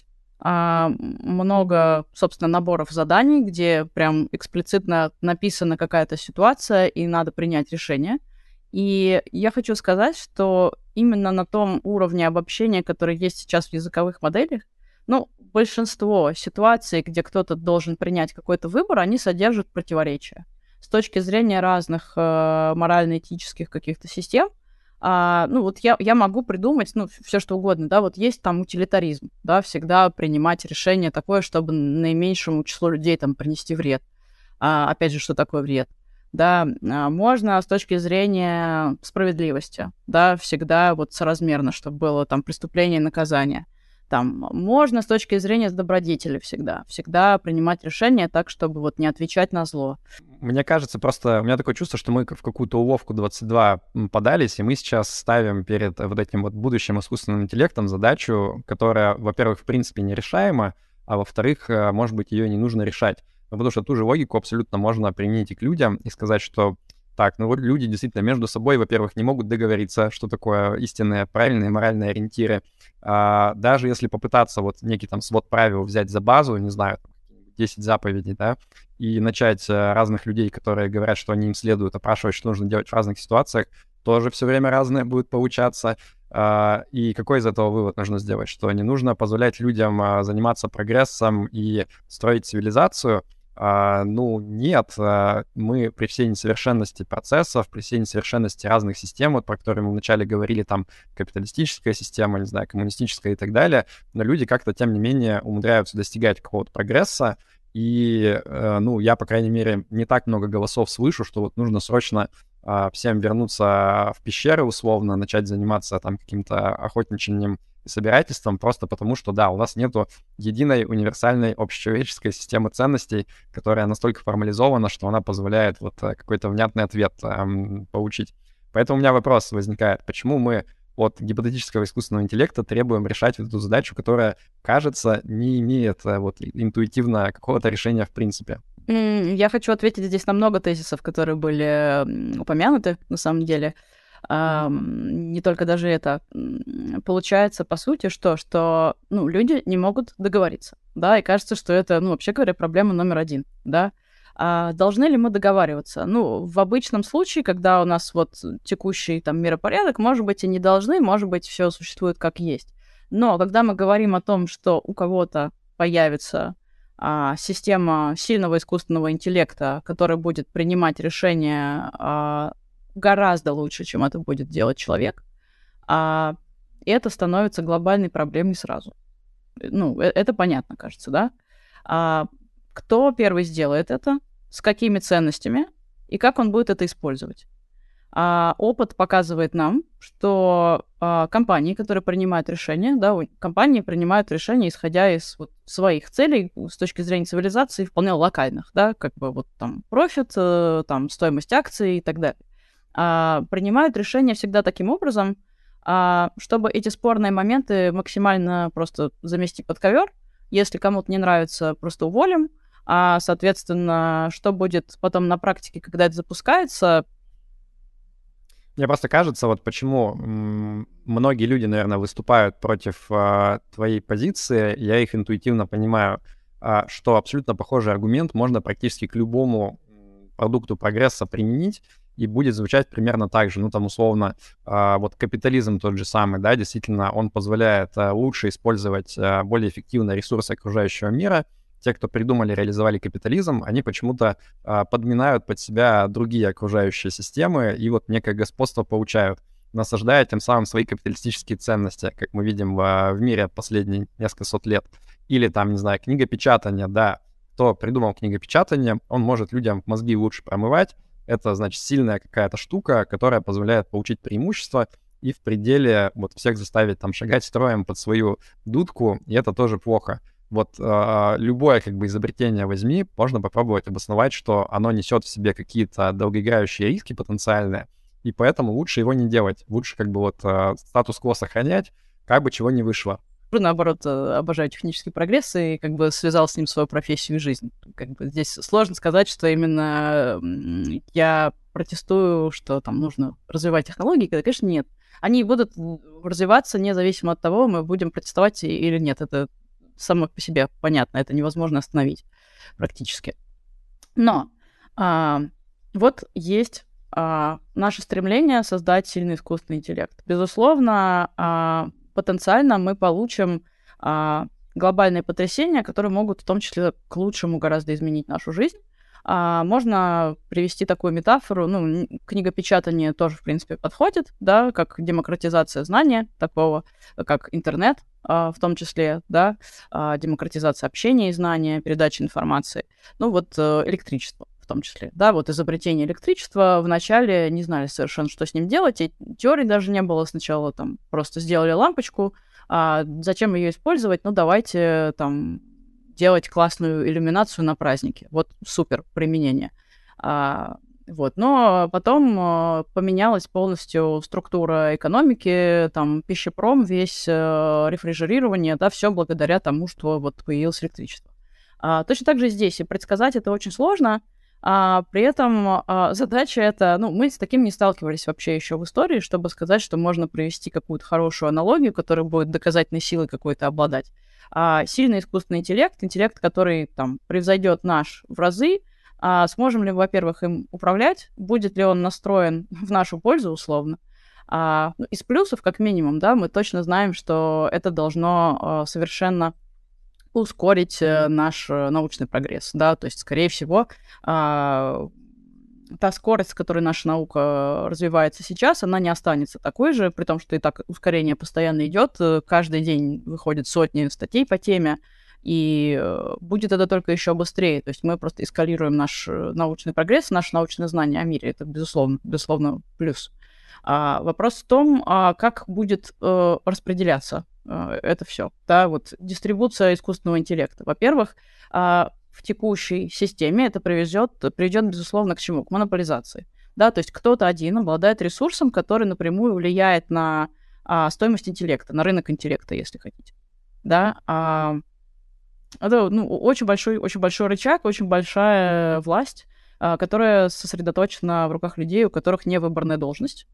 Много, собственно, наборов заданий, где прям эксплицитно написана какая-то ситуация, и надо принять решение. И я хочу сказать, что именно на том уровне обобщения, который есть сейчас в языковых моделях, ну, большинство ситуаций, где кто-то должен принять какой-то выбор, они содержат противоречия. С точки зрения разных морально-этических каких-то систем, ну, вот я могу придумать, ну, все что угодно, да, вот есть там утилитаризм, да, всегда принимать решение такое, чтобы наименьшему числу людей там принести вред. Опять же, что такое вред? Да, можно с точки зрения справедливости, да, всегда вот соразмерно, чтобы было там преступление и наказание. Там можно с точки зрения добродетели всегда принимать решения так, чтобы вот не отвечать на зло. Мне кажется, просто у меня такое чувство, что мы в какую-то уловку 22 подались, и мы сейчас ставим перед вот этим вот будущим искусственным интеллектом задачу, которая, во-первых, в принципе нерешаема, а во-вторых, может быть, ее не нужно решать. Ну, потому что ту же логику абсолютно можно применить и к людям и сказать, что так, ну вот люди действительно между собой, во-первых, не могут договориться, что такое истинные, правильные моральные ориентиры. Даже если попытаться вот некий там свод правил взять за базу, не знаю, 10 заповедей, да, и начать разных людей, которые говорят, что они им следуют, опрашивать, что нужно делать в разных ситуациях, тоже все время разное будет получаться. И какой из этого вывод нужно сделать? Что не нужно позволять людям заниматься прогрессом и строить цивилизацию. Ну, нет, мы при всей несовершенности процессов, при всей несовершенности разных систем, вот про которые мы вначале говорили, там, капиталистическая система, не знаю, коммунистическая и так далее, но люди как-то, тем не менее, умудряются достигать какого-то прогресса, и, ну, я, по крайней мере, не так много голосов слышу, что вот нужно срочно всем вернуться в пещеры, условно, начать заниматься там каким-то охотничьим и собирательством, просто потому что, да, у нас нету единой универсальной общечеловеческой системы ценностей, которая настолько формализована, что она позволяет вот какой-то внятный ответ получить. Поэтому у меня вопрос возникает, почему мы от гипотетического искусственного интеллекта требуем решать вот эту задачу, которая, кажется, не имеет вот интуитивно какого-то решения в принципе. Я хочу ответить здесь на много тезисов, которые были упомянуты, на самом деле. Не только даже это. Получается, по сути, что ну, люди не могут договориться, да, и кажется, что это, ну, вообще говоря, проблема номер один, да. Должны ли мы договариваться? Ну, в обычном случае, когда у нас вот текущий там миропорядок, может быть, и не должны, может быть, все существует как есть. Но когда мы говорим о том, что у кого-то появится система сильного искусственного интеллекта, которая будет принимать решения гораздо лучше, чем это будет делать человек, это становится глобальной проблемой сразу. Ну, это понятно, кажется, да? Кто первый сделает это, с какими ценностями и как он будет это использовать? Опыт показывает нам, что компании, которые принимают решения, да, компании принимают решения, исходя из вот своих целей с точки зрения цивилизации, вполне локальных, да, как бы вот там профит, там стоимость акций и так далее. Принимают решения всегда таким образом, чтобы эти спорные моменты максимально просто замести под ковер. Если кому-то не нравится, просто уволим. Соответственно, что будет потом на практике, когда это запускается, Мне просто кажется, вот почему многие люди, наверное, выступают против твоей позиции, я их интуитивно понимаю, что абсолютно похожий аргумент можно практически к любому продукту прогресса применить, и будет звучать примерно так же. Ну, там, условно, вот капитализм тот же самый, да, действительно, он позволяет лучше использовать более эффективно ресурсы окружающего мира. Те, кто придумали, реализовали капитализм, они почему-то подминают под себя другие окружающие системы и вот некое господство получают, насаждая тем самым свои капиталистические ценности, как мы видим в мире последние несколько сот лет. Или там, не знаю, книгопечатание, да, кто придумал книгопечатание, он может людям мозги лучше промывать. Это, значит, сильная какая-то штука, которая позволяет получить преимущество и в пределе вот всех заставить там шагать строем под свою дудку, и это тоже плохо. Вот любое как бы изобретение возьми, можно попробовать обосновать, что оно несет в себе какие-то долгоиграющие риски потенциальные, и поэтому лучше его не делать. Лучше как бы вот статус-кво сохранять, как бы чего не вышло. Наоборот, обожаю технический прогресс и как бы связал с ним свою профессию и жизнь. Как бы здесь сложно сказать, что именно я протестую, что там нужно развивать технологии, когда, конечно, нет. Они будут развиваться независимо от того, мы будем протестовать или нет. Это само по себе понятно, это невозможно остановить практически. Но вот есть наше стремление создать сильный искусственный интеллект. Безусловно, потенциально мы получим глобальные потрясения, которые могут в том числе к лучшему гораздо изменить нашу жизнь. Можно привести такую метафору, ну, книгопечатание тоже, в принципе, подходит, да, как демократизация знания, такого, как интернет, в том числе, да, демократизация общения и знания, передача информации, ну, вот электричество в том числе, да, вот изобретение электричества вначале не знали совершенно, что с ним делать, и теорий даже не было сначала, там, просто сделали лампочку, зачем ее использовать, ну, давайте, там, делать классную иллюминацию на празднике. Вот супер применение. Вот. Но потом поменялась полностью структура экономики, там, пищепром, весь рефрижерирование, да, все благодаря тому, что вот появилось электричество. Точно так же и здесь. И предсказать это очень сложно. При этом задача это... Ну, мы с таким не сталкивались вообще еще в истории, чтобы сказать, что можно провести какую-то хорошую аналогию, которая будет доказательной силой какой-то обладать. Сильный искусственный интеллект, который там превзойдет наш в разы, сможем ли, во-первых, им управлять, будет ли он настроен в нашу пользу, условно. Из плюсов, как минимум, да, мы точно знаем, что это должно совершенно ускорить наш научный прогресс, да, то есть, скорее всего, та скорость, с которой наша наука развивается сейчас, она не останется такой же, при том, что и так ускорение постоянно идет, каждый день выходят сотни статей по теме, и будет это только еще быстрее, то есть мы просто эскалируем наш научный прогресс, наше научное знание о мире, это безусловно плюс. Вопрос в том, как будет распределяться это все, да, вот дистрибуция искусственного интеллекта. Во-первых, в текущей системе это приведет, безусловно, к чему? К монополизации. Да, то есть кто-то один обладает ресурсом, который напрямую влияет на стоимость интеллекта, на рынок интеллекта, если хотите. Да, это очень большой рычаг, очень большая власть, которая сосредоточена в руках людей, у которых невыборная должность.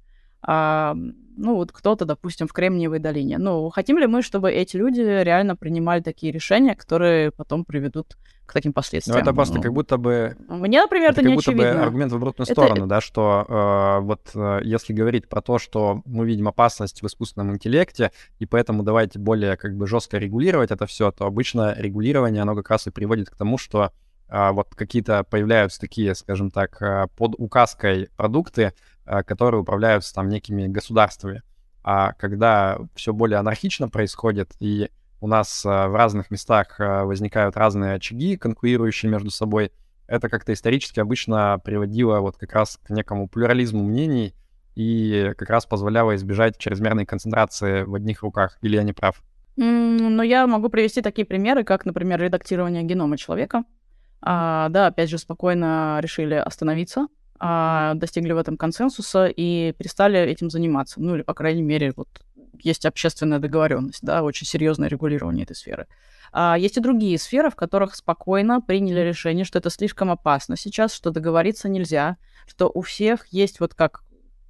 Вот кто-то, допустим, в Кремниевой долине. Хотим ли мы, чтобы эти люди реально принимали такие решения, которые потом приведут к таким последствиям? Это просто как будто бы... Мне, например, это не очевидно. Как будто бы аргумент в обратную сторону, да, что если говорить про то, что мы видим опасность в искусственном интеллекте, и поэтому давайте более как бы жестко регулировать это все, то обычно регулирование, оно как раз и приводит к тому, что вот какие-то появляются такие, скажем так, под указкой продукты, которые управляются там некими государствами. А когда все более анархично происходит, и у нас в разных местах возникают разные очаги, конкурирующие между собой, это как-то исторически обычно приводило вот как раз к некому плюрализму мнений и как раз позволяло избежать чрезмерной концентрации в одних руках. Или я не прав? Я могу привести такие примеры, как, например, редактирование генома человека. Да, опять же, спокойно решили остановиться, достигли в этом консенсуса и перестали этим заниматься. Или, по крайней мере, вот есть общественная договоренность, да, очень серьезное регулирование этой сферы. Есть и другие сферы, в которых спокойно приняли решение, что это слишком опасно сейчас, что договориться нельзя, что у всех есть вот как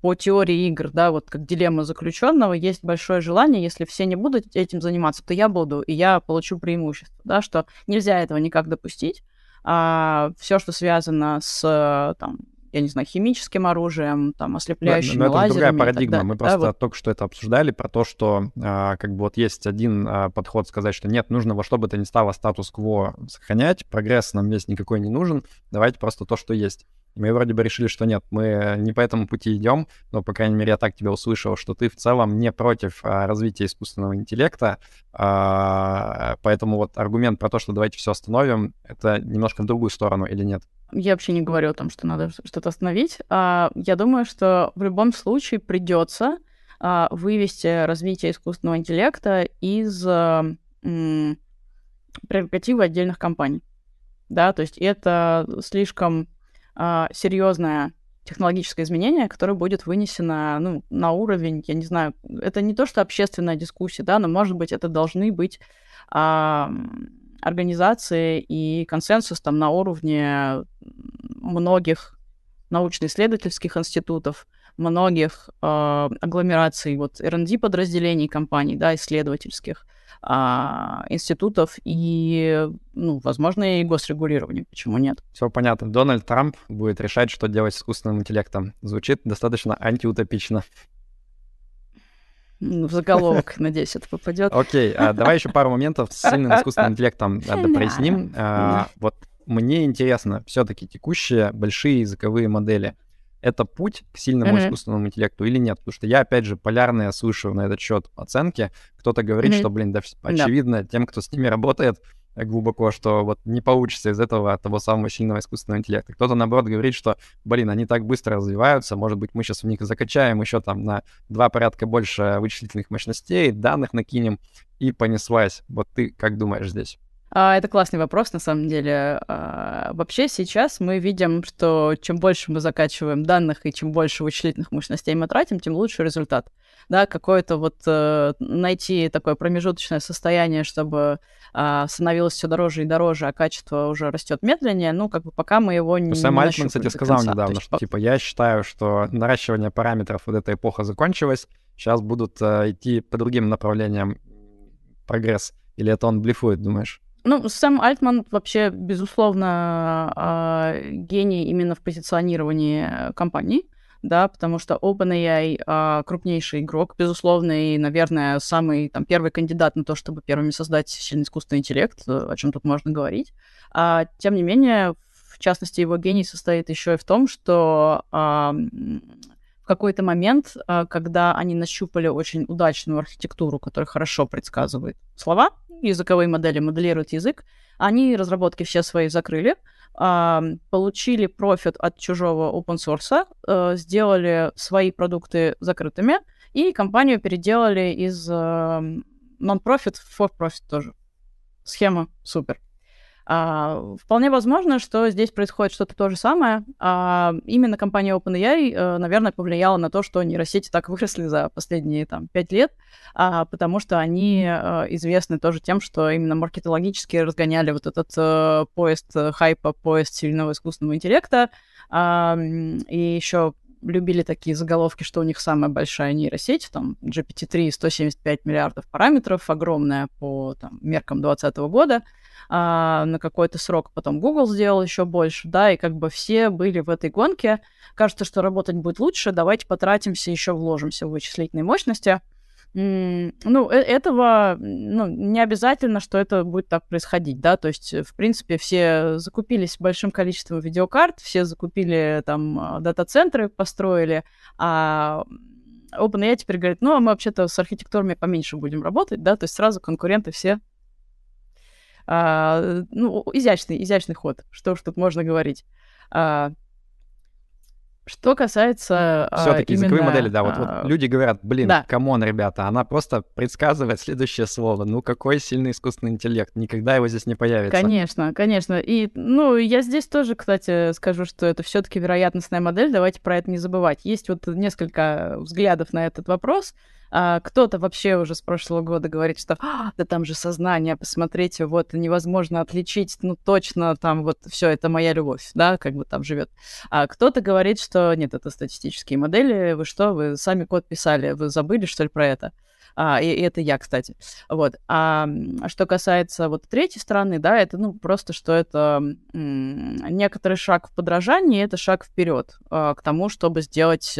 по теории игр, да, вот как дилемма заключенного, есть большое желание, если все не будут этим заниматься, то я буду, и я получу преимущество, да, что нельзя этого никак допустить. Все, что связано с, там, я не знаю, химическим оружием, там, ослепляющими Но это другая лазерами и так парадигма. далее. Мы Да, просто только что это обсуждали, про то, что как бы вот есть один подход сказать, что нет, нужно во что бы то ни стало статус-кво сохранять, прогресс нам весь никакой не нужен, давайте просто то, что есть. И мы вроде бы решили, что нет, мы не по этому пути идем, но, по крайней мере, я так тебя услышал, что ты в целом не против развития искусственного интеллекта, поэтому вот аргумент про то, что давайте все остановим, это немножко в другую сторону или нет? Я вообще не говорю о том, что надо что-то остановить. Я думаю, что в любом случае придется вывести развитие искусственного интеллекта из прерогативы отдельных компаний. Да, то есть это слишком серьезное технологическое изменение, которое будет вынесено на уровень, я не знаю, это не то, что общественная дискуссия, да, но, может быть, это должны быть организации и консенсус там на уровне многих научно-исследовательских институтов, многих агломераций, вот R&D подразделений компаний, да, исследовательских институтов и, возможно, и госрегулирование. Почему нет? Все понятно. Дональд Трамп будет решать, что делать с искусственным интеллектом. Звучит достаточно антиутопично. В заголовок, надеюсь, это попадет. Окей, давай еще пару моментов с сильным искусственным интеллектом проясним. Вот мне интересно, все-таки текущие большие языковые модели — это путь к сильному искусственному интеллекту или нет? Потому что я, опять же, полярные слышу на этот счет оценки. Кто-то говорит, что, да, очевидно, тем, кто с ними работает глубоко, что вот не получится из этого того самого сильного искусственного интеллекта. Кто-то, наоборот, говорит, что, они так быстро развиваются, может быть, мы сейчас в них закачаем еще там на 2 порядка больше вычислительных мощностей, данных накинем, и понеслась. Вот ты как думаешь здесь? Это классный вопрос, на самом деле. Вообще сейчас мы видим, что чем больше мы закачиваем данных и чем больше вычислительных мощностей мы тратим, тем лучше результат. Да, какое-то вот найти такое промежуточное состояние, чтобы становилось все дороже и дороже, а качество уже растет медленнее, пока мы его не Сэм Альтман, кстати, сказал конца. недавно, что я считаю, что наращивание параметров вот эта эпоха закончилась, сейчас будут идти по другим направлениям прогресс. Или это он блефует, думаешь? Сэм Альтман вообще, безусловно, гений именно в позиционировании компаний, да, потому что OpenAI крупнейший игрок, безусловно, и, наверное, самый первый кандидат на то, чтобы первыми создать сильный искусственный интеллект, о чем тут можно говорить. Тем не менее, в частности, его гений состоит еще и в том, что в какой-то момент, когда они нащупали очень удачную архитектуру, которая хорошо предсказывает слова, языковые модели моделируют язык, они разработки все свои закрыли, получили профит от чужого open source, сделали свои продукты закрытыми, и компанию переделали из non-profit в for-profit тоже. Схема супер. Вполне возможно, что здесь происходит что-то то же самое. Именно компания OpenAI, наверное, повлияла на то, что нейросети так выросли за последние 5 лет, потому что они известны тоже тем, что именно маркетологически разгоняли вот этот поезд хайпа, поезд сильного искусственного интеллекта, и еще любили такие заголовки, что у них самая большая нейросеть, GPT-3, 175 миллиардов параметров, огромная по меркам 2020 года, на какой-то срок потом Google сделал еще больше, да, и все были в этой гонке. Кажется, что работать будет лучше, давайте потратимся, еще вложимся в вычислительные мощности. Этого, не обязательно, что это будет так происходить, да, то есть, в принципе, все закупились большим количеством видеокарт, все закупили дата-центры, построили, а OpenAI теперь говорит, мы вообще-то с архитектурами поменьше будем работать, да, то есть сразу конкуренты все... изящный ход, что уж тут можно говорить. Что касается все-таки именно... языковые модели, да, вот люди говорят, камон, ребята, она просто предсказывает следующее слово. Какой сильный искусственный интеллект, никогда его здесь не появится. Конечно. И, я здесь тоже, кстати, скажу, что это все-таки вероятностная модель, давайте про это не забывать. Есть вот несколько взглядов на этот вопрос. Кто-то вообще уже с прошлого года говорит, что да там же сознание, посмотрите, вот невозможно отличить, ну точно там вот все это моя любовь, да, как бы там живет. А кто-то говорит, что нет, это статистические модели, вы что, вы сами код писали, вы забыли, что ли, про это? И это я, кстати. Вот. Что касается вот третьей стороны, да, это, ну, просто, что это некоторый шаг в подражании, это шаг вперед к тому, чтобы сделать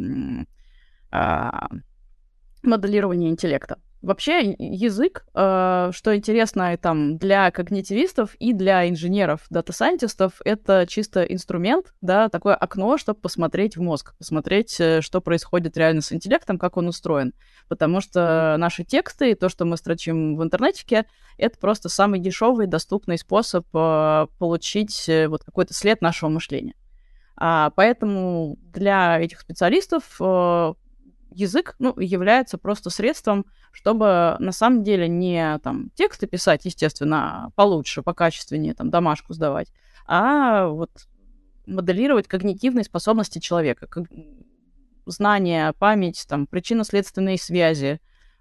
моделирование интеллекта. Вообще язык, что интересно, и там для когнитивистов и для инженеров, дата-сайентистов, это чисто инструмент, да, такое окно, чтобы посмотреть в мозг, посмотреть, что происходит реально с интеллектом, как он устроен. Потому что наши тексты и то, что мы строчим в интернете, это просто самый дешевый, доступный способ получить вот какой-то след нашего мышления. Поэтому для этих специалистов язык, ну, является просто средством, чтобы на самом деле не там тексты писать, естественно, получше, покачественнее, там, домашку сдавать, а вот моделировать когнитивные способности человека, знания, память, там, причинно-следственные связи,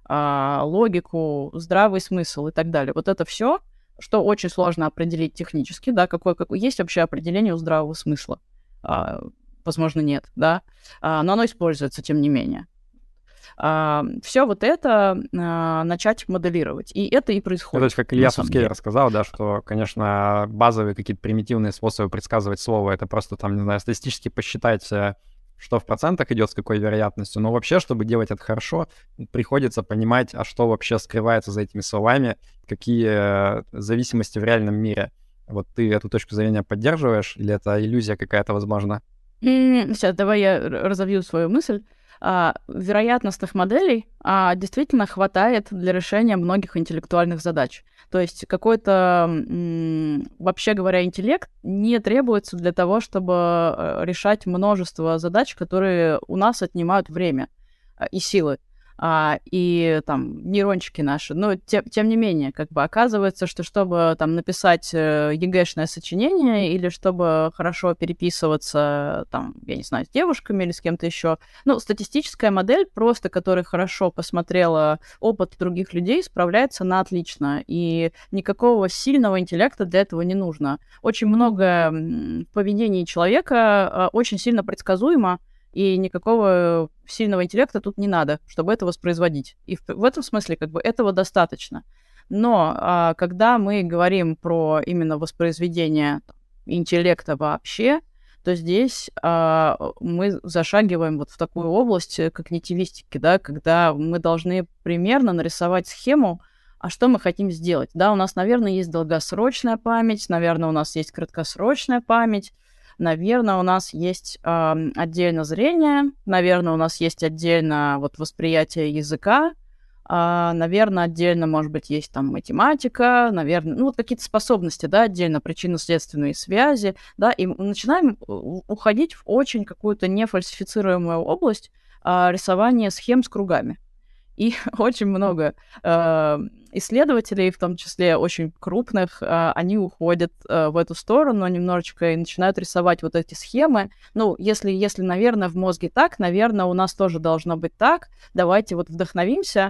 логику, здравый смысл и так далее. Вот это все, что очень сложно определить технически, да, какое есть вообще определение у здравого смысла. Возможно, нет, да, но оно используется, тем не менее. Все вот это начать моделировать. И это и происходит. То есть, как Илья Сускей рассказал, да, что, конечно, базовые какие-то примитивные способы предсказывать слово, это просто, там, не знаю, статистически посчитать, что в процентах идет, с какой вероятностью. Но вообще, чтобы делать это хорошо, приходится понимать, а что вообще скрывается за этими словами, какие зависимости в реальном мире. Вот ты эту точку зрения поддерживаешь, или это иллюзия какая-то, возможно? Сейчас, давай я разовью свою мысль. Вероятностных моделей действительно хватает для решения многих интеллектуальных задач. То есть какой-то, вообще говоря, интеллект не требуется для того, чтобы решать множество задач, которые у нас отнимают время и силы. И там нейрончики наши. Но тем не менее, как бы оказывается, что чтобы там написать ЕГЭшное сочинение или чтобы хорошо переписываться, там, я не знаю, с девушками или с кем-то еще, ну, статистическая модель, просто которая хорошо посмотрела опыт других людей, справляется на отлично. И никакого сильного интеллекта для этого не нужно. Очень много в поведении человека очень сильно предсказуемо, и никакого сильного интеллекта тут не надо, чтобы это воспроизводить. И в этом смысле как бы этого достаточно. Но когда мы говорим про именно воспроизведение интеллекта вообще, то здесь мы зашагиваем вот в такую область когнитивистики, да, когда мы должны примерно нарисовать схему, а что мы хотим сделать. Да, у нас, наверное, есть долгосрочная память, наверное, у нас есть краткосрочная память, наверное, у нас есть отдельно зрение, наверное, у нас есть отдельно вот восприятие языка, наверное, отдельно, может быть, есть там математика, наверное, ну, вот какие-то способности, да, отдельно причинно-следственные связи, да, и мы начинаем уходить в очень какую-то нефальсифицируемую область рисования схем с кругами. И очень много исследователей, в том числе очень крупных, они уходят в эту сторону немножечко и начинают рисовать вот эти схемы. Ну, если, наверное, в мозге так, наверное, у нас тоже должно быть так. Давайте вот вдохновимся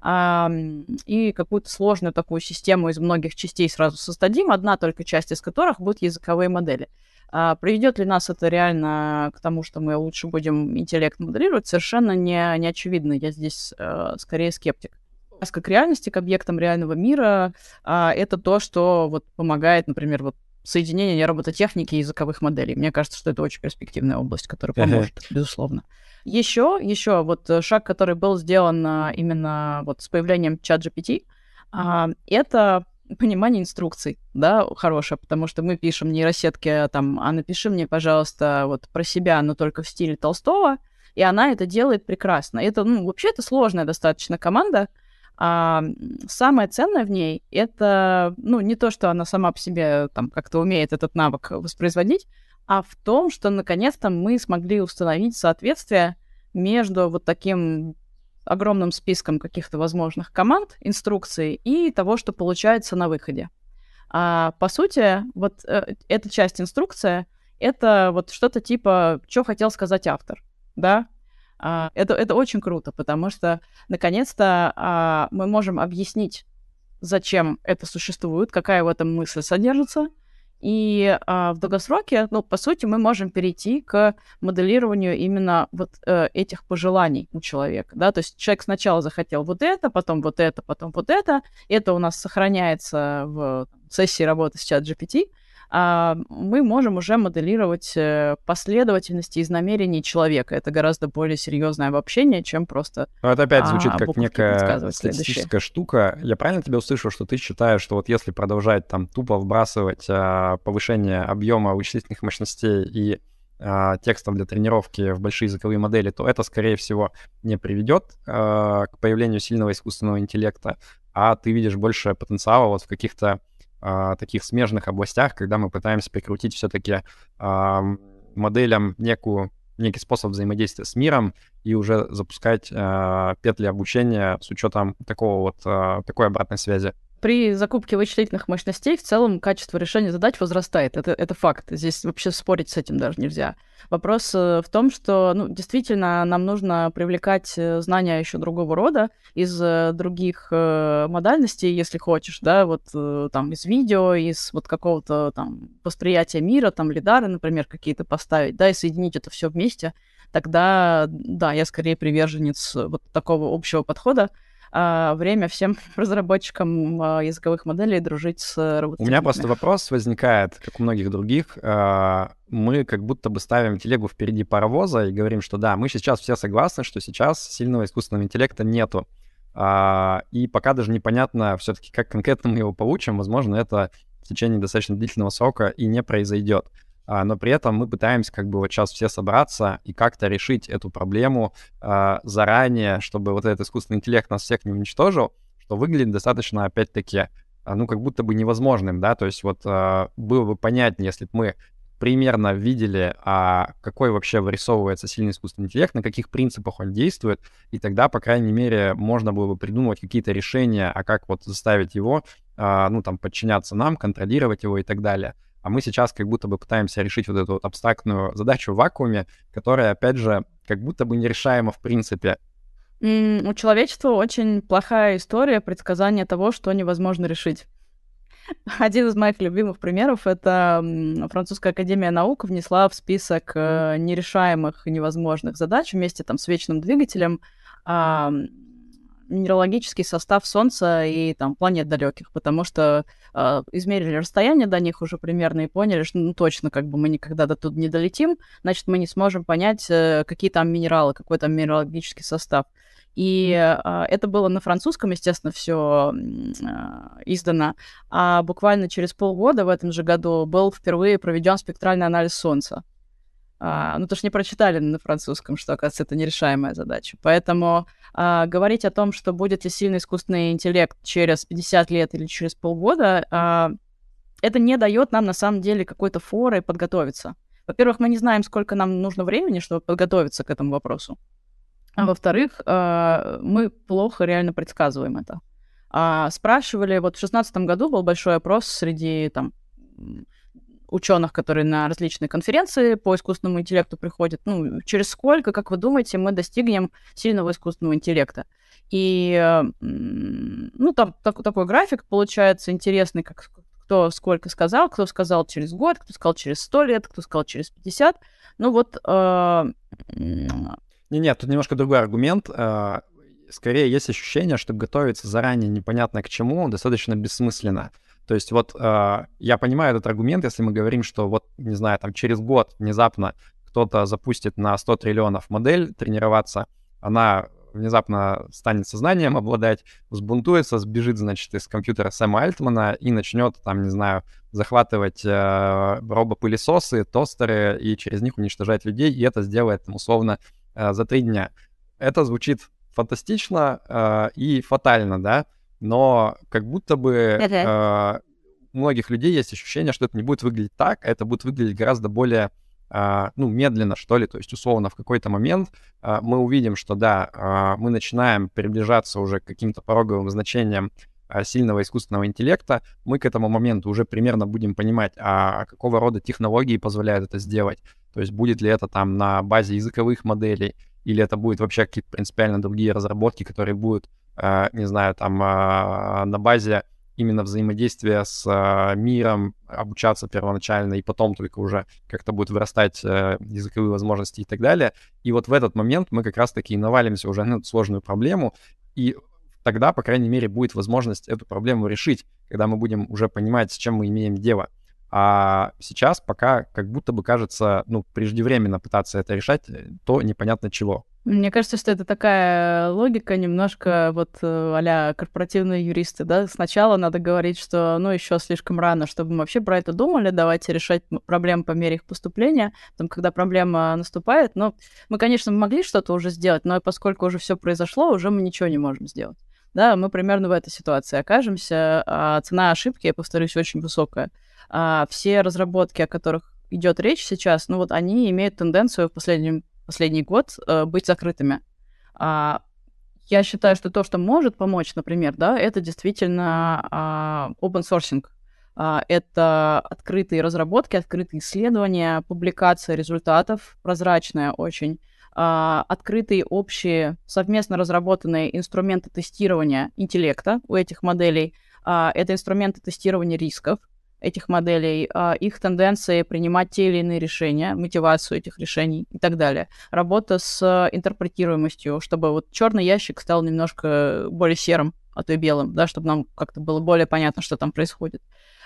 и какую-то сложную такую систему из многих частей сразу создадим, одна только часть из которых будут языковые модели. Приведет ли нас это реально к тому, что мы лучше будем интеллект моделировать, совершенно не очевидно. Я здесь скорее скептик. Привязка к реальности, к объектам реального мира, это то, что вот помогает, например, вот соединение робототехники и языковых моделей. Мне кажется, что это очень перспективная область, которая поможет, безусловно. Еще вот шаг, который был сделан именно вот с появлением ChatGPT, это понимание инструкций, да, хорошее, потому что мы пишем нейросетке там, напиши мне, пожалуйста, вот про себя, но только в стиле Толстого, и она это делает прекрасно. Это, вообще, это сложная достаточно команда. Самое ценное в ней — это, не то, что она сама по себе там как-то умеет этот навык воспроизводить, а в том, что, наконец-то, мы смогли установить соответствие между вот таким огромным списком каких-то возможных команд, инструкций и того, что получается на выходе. По сути, вот эта часть инструкции — это вот что-то типа, что хотел сказать автор, да? Это очень круто, потому что, наконец-то, мы можем объяснить, зачем это существует, какая в этом мысль содержится, и в долгосроке, ну, по сути, мы можем перейти к моделированию именно вот этих пожеланий у человека, да, то есть человек сначала захотел вот это, потом вот это, потом вот это у нас сохраняется в сессии работы с ChatGPT, мы можем уже моделировать последовательности из намерений человека. Это гораздо более серьезное обобщение, чем просто Но это опять звучит как буковки некая предсказывать следующие. статистическая штука. Я правильно тебя услышал, что ты считаешь, что вот если продолжать там тупо вбрасывать повышение объема вычислительных мощностей и текстов для тренировки в большие языковые модели, то это, скорее всего, не приведет к появлению сильного искусственного интеллекта, а ты видишь больше потенциала вот в каких-то таких смежных областях, когда мы пытаемся прикрутить все-таки моделям некий способ взаимодействия с миром и уже запускать петли обучения с учетом такой обратной связи. При закупке вычислительных мощностей в целом качество решения задач возрастает. Это факт. Здесь вообще спорить с этим даже нельзя. Вопрос в том, что действительно нам нужно привлекать знания еще другого рода из других модальностей, если хочешь, да, вот там из видео, из вот какого-то там восприятия мира, там лидары, например, какие-то поставить, да, и соединить это все вместе. Тогда, да, я скорее приверженец вот такого общего подхода. Время всем разработчикам языковых моделей дружить с робототехниками. У меня просто вопрос возникает, как у многих других. Мы как будто бы ставим телегу впереди паровоза и говорим, что да, мы сейчас все согласны, что сейчас сильного искусственного интеллекта нету. И пока даже непонятно все-таки, как конкретно мы его получим. Возможно, это в течение достаточно длительного срока и не произойдет. Но при этом мы пытаемся как бы вот сейчас все собраться и как-то решить эту проблему заранее, чтобы вот этот искусственный интеллект нас всех не уничтожил, что выглядит достаточно, опять-таки, как будто бы невозможным, да, то есть вот было бы понятнее, если бы мы примерно видели, какой вообще вырисовывается сильный искусственный интеллект, на каких принципах он действует, и тогда, по крайней мере, можно было бы придумывать какие-то решения, как вот заставить его, подчиняться нам, контролировать его и так далее. А мы сейчас как будто бы пытаемся решить вот эту вот абстрактную задачу в вакууме, которая, опять же, как будто бы нерешаема в принципе. У человечества очень плохая история предсказания того, что невозможно решить. Один из моих любимых примеров — это Французская академия наук внесла в список нерешаемых и невозможных задач вместе там с вечным двигателем минералогический состав Солнца и там планет далеких, потому что измерили расстояние до них уже примерно и поняли, что точно как бы мы никогда до туда не долетим, значит, мы не сможем понять, какие там минералы, какой там минералогический состав. И это было на французском, естественно, все издано. А буквально через полгода в этом же году был впервые проведен спектральный анализ Солнца. То что не прочитали на французском, что, оказывается, это нерешаемая задача. Поэтому говорить о том, что будет ли сильный искусственный интеллект через 50 лет или через полгода, это не дает нам, на самом деле, какой-то форы подготовиться. Во-первых, мы не знаем, сколько нам нужно времени, чтобы подготовиться к этому вопросу. А во-вторых, мы плохо реально предсказываем это. Спрашивали, вот в 2016 году был большой опрос среди ученых, которые на различные конференции по искусственному интеллекту приходят. Через сколько, как вы думаете, мы достигнем сильного искусственного интеллекта? И, там такой график получается интересный, как кто сколько сказал, кто сказал через год, кто сказал через 100 лет, кто сказал через 50. Нет, тут немножко другой аргумент. Скорее есть ощущение, что готовиться заранее непонятно к чему достаточно бессмысленно. То есть вот я понимаю этот аргумент, если мы говорим, что вот, не знаю, там через год внезапно кто-то запустит на 100 триллионов модель тренироваться, она внезапно станет сознанием обладать, взбунтуется, сбежит, значит, из компьютера Сэма Альтмана и начнет, там, не знаю, захватывать робопылесосы, тостеры и через них уничтожать людей, и это сделает, условно, за 3 дня. Это звучит фантастично и фатально, да? Но как будто бы у многих людей есть ощущение, что это не будет выглядеть так, а это будет выглядеть гораздо более, медленно, что ли. То есть, условно, в какой-то момент мы увидим, что, да, мы начинаем приближаться уже к каким-то пороговым значениям сильного искусственного интеллекта. Мы к этому моменту уже примерно будем понимать, какого рода технологии позволяют это сделать. То есть, будет ли это там на базе языковых моделей, или это будут вообще какие-то принципиально другие разработки, которые будут, не знаю, там на базе именно взаимодействия с миром, обучаться первоначально, и потом только уже как-то будут вырастать языковые возможности и так далее. И вот в этот момент мы как раз-таки и навалимся уже на эту сложную проблему, и тогда, по крайней мере, будет возможность эту проблему решить, когда мы будем уже понимать, с чем мы имеем дело. А сейчас пока как будто бы кажется, преждевременно пытаться это решать, то непонятно чего. Мне кажется, что это такая логика немножко вот а-ля корпоративные юристы, да? Сначала надо говорить, что, еще слишком рано, чтобы мы вообще про это думали, давайте решать проблемы по мере их поступления. Потом, когда проблема наступает, мы, конечно, могли что-то уже сделать, но поскольку уже все произошло, уже мы ничего не можем сделать. Да, мы примерно в этой ситуации окажемся, а цена ошибки, я повторюсь, очень высокая. Все разработки, о которых идет речь сейчас, они имеют тенденцию в последний год быть закрытыми. Я считаю, что то, что может помочь, например, да, это действительно open sourcing. Это открытые разработки, открытые исследования, публикация результатов, прозрачная очень, открытые общие совместно разработанные инструменты тестирования интеллекта у этих моделей. Это инструменты тестирования рисков этих моделей, их тенденции принимать те или иные решения, мотивацию этих решений и так далее. Работа с интерпретируемостью, чтобы вот черный ящик стал немножко более серым, а то и белым, да, чтобы нам как-то было более понятно, что там происходит.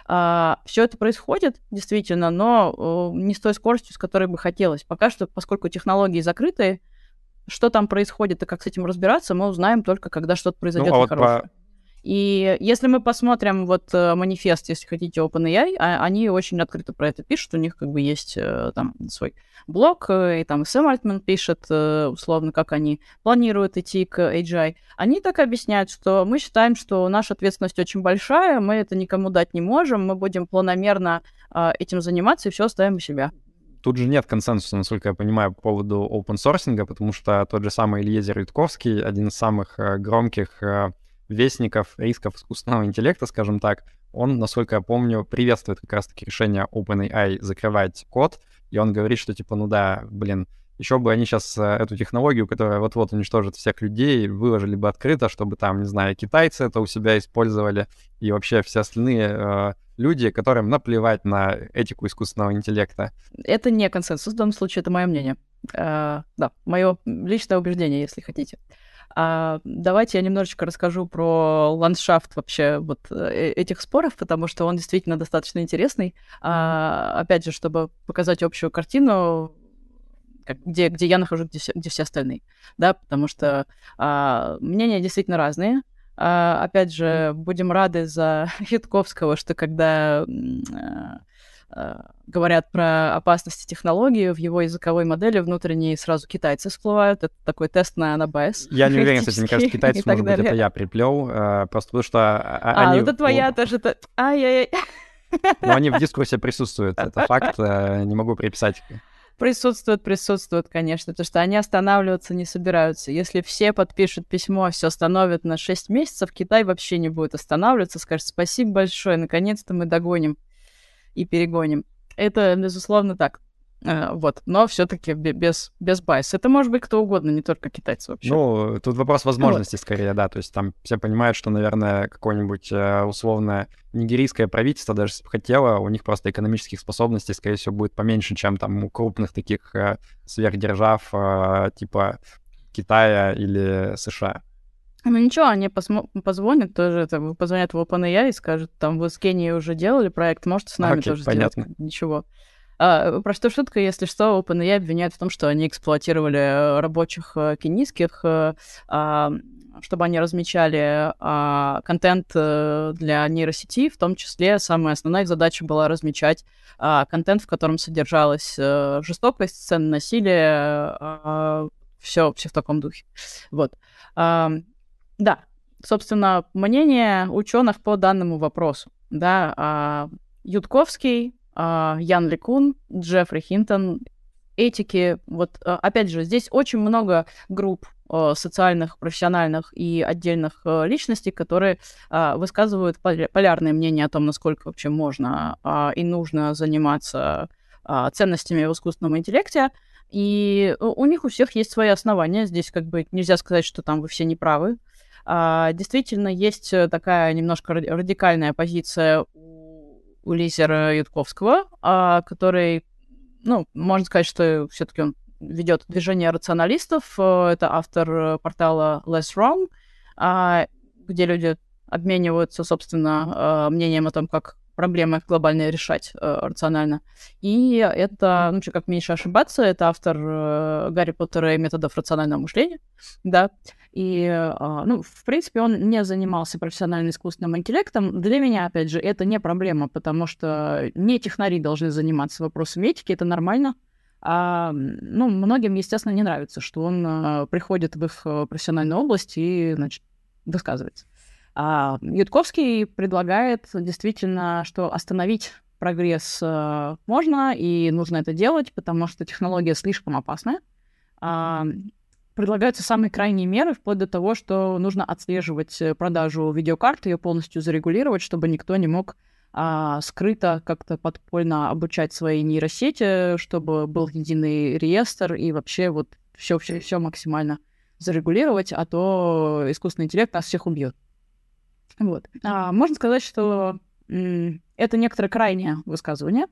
Все это происходит, действительно, но не с той скоростью, с которой бы хотелось. Пока что, поскольку технологии закрытые, что там происходит и как с этим разбираться, мы узнаем только, когда что-то произойдет нехорошее. И если мы посмотрим манифест, если хотите, OpenAI, они очень открыто про это пишут, у них как бы есть там свой блог, и там Сэм Альтман пишет, условно, как они планируют идти к AGI. Они так объясняют, что мы считаем, что наша ответственность очень большая, мы это никому дать не можем, мы будем планомерно этим заниматься и все оставим у себя. Тут же нет консенсуса, насколько я понимаю, по поводу open-сорсинга, потому что тот же самый Ильезер Ютковский, один из самых громких вестников рисков искусственного интеллекта, скажем так, он, насколько я помню, приветствует как раз-таки решение OpenAI закрывать код, и он говорит, что типа, еще бы они сейчас эту технологию, которая вот-вот уничтожит всех людей, выложили бы открыто, чтобы там, не знаю, китайцы это у себя использовали, и вообще все остальные люди, которым наплевать на этику искусственного интеллекта. Это не консенсус, в данном случае это мое мнение. Да, мое личное убеждение, если хотите. Давайте я немножечко расскажу про ландшафт вообще этих споров, потому что он действительно достаточно интересный. Опять же, чтобы показать общую картину, где я нахожусь, где все остальные. Да, потому что мнения действительно разные. Опять же, будем рады за Ютковского, что когда говорят про опасности технологии, в его языковой модели внутренней сразу китайцы всплывают. Это такой тест на bias. Я не уверен, кстати, мне кажется, китайцев, может быть, это я приплел, просто потому что они... это твоя тоже... Ай-яй-яй. Но они в дискурсе присутствуют, это факт, не могу приписать. Присутствуют, конечно, потому что они останавливаться не собираются. Если все подпишут письмо, все остановят на 6 месяцев, Китай вообще не будет останавливаться, скажет спасибо большое, наконец-то мы догоним и перегоним. Это, безусловно, так. Но все-таки без байса. Это может быть кто угодно, не только китайцы вообще. Тут вопрос возможностей скорее, да. То есть там все понимают, что, наверное, какое-нибудь условное нигерийское правительство, даже если бы хотело, у них просто экономических способностей, скорее всего, будет поменьше, чем там у крупных таких сверхдержав типа Китая или США. Ничего, они позвонят тоже, позвонят в OpenAI и скажут, там, вы с Кенией уже делали проект, можете с нами тоже понятно. сделать? Ничего. Просто шутка, если что, OpenAI обвиняют в том, что они эксплуатировали рабочих кенийских, чтобы они размечали контент для нейросети, в том числе самая основная их задача была размечать контент, в котором содержалась жестокость, сцены насилия, все в таком духе. Да, собственно, мнение ученых по данному вопросу. Да, Ютковский, Ян Ликун, Джеффри Хинтон, этики. Опять же, здесь очень много групп социальных, профессиональных и отдельных личностей, которые высказывают полярные мнения о том, насколько вообще можно и нужно заниматься ценностями в искусственном интеллекте. И у них у всех есть свои основания. Здесь как бы нельзя сказать, что там вы все неправы. Действительно, есть такая немножко радикальная позиция у Лизера Ютковского, который, ну, можно сказать, что все-таки он ведет движение рационалистов. Это автор портала Less Wrong, где люди обмениваются, собственно, мнением о том, как проблемы глобальные решать рационально. И это, ну, как меньше ошибаться, это автор Гарри Поттера и методов рационального мышления, да. И, ну, в принципе, он не занимался профессиональным искусственным интеллектом. Для меня, опять же, это не проблема, потому что не технари должны заниматься вопросами этики, это нормально. Ну, многим, естественно, не нравится, что он приходит в их профессиональную область и, значит, высказывается. Ютковский предлагает действительно, что остановить прогресс можно, и нужно это делать, потому что технология слишком опасная. Предлагаются самые крайние меры, вплоть до того, что нужно отслеживать продажу видеокарт, ее полностью зарегулировать, чтобы никто не мог скрыто как-то подпольно обучать свои нейросети, чтобы был единый реестр и вообще вот все максимально зарегулировать, а то искусственный интеллект нас всех убьет. Вот. Можно сказать, что это некоторое крайнее высказывание.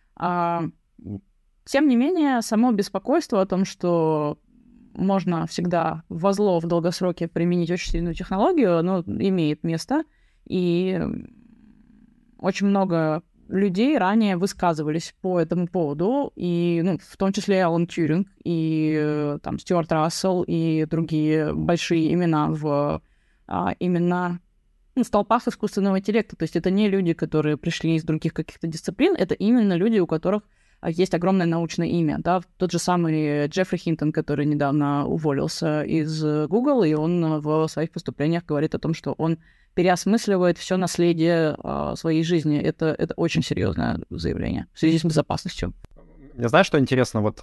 Тем не менее, само беспокойство о том, что можно всегда возло в долгосроке применить очень сильную технологию, оно имеет место. И очень много людей ранее высказывались по этому поводу, и, ну, в том числе Алан Тьюринг, и там Стюарт Рассел, и другие большие имена в именно столпах искусственного интеллекта. То есть это не люди, которые пришли из других каких-то дисциплин, это именно люди, у которых есть огромное научное имя. Да? Тот же самый Джеффри Хинтон, который недавно уволился из Google, и он в своих поступлениях говорит о том, что он переосмысливает все наследие своей жизни. Это очень серьезное заявление в связи с безопасностью. Я знаю, что интересно, вот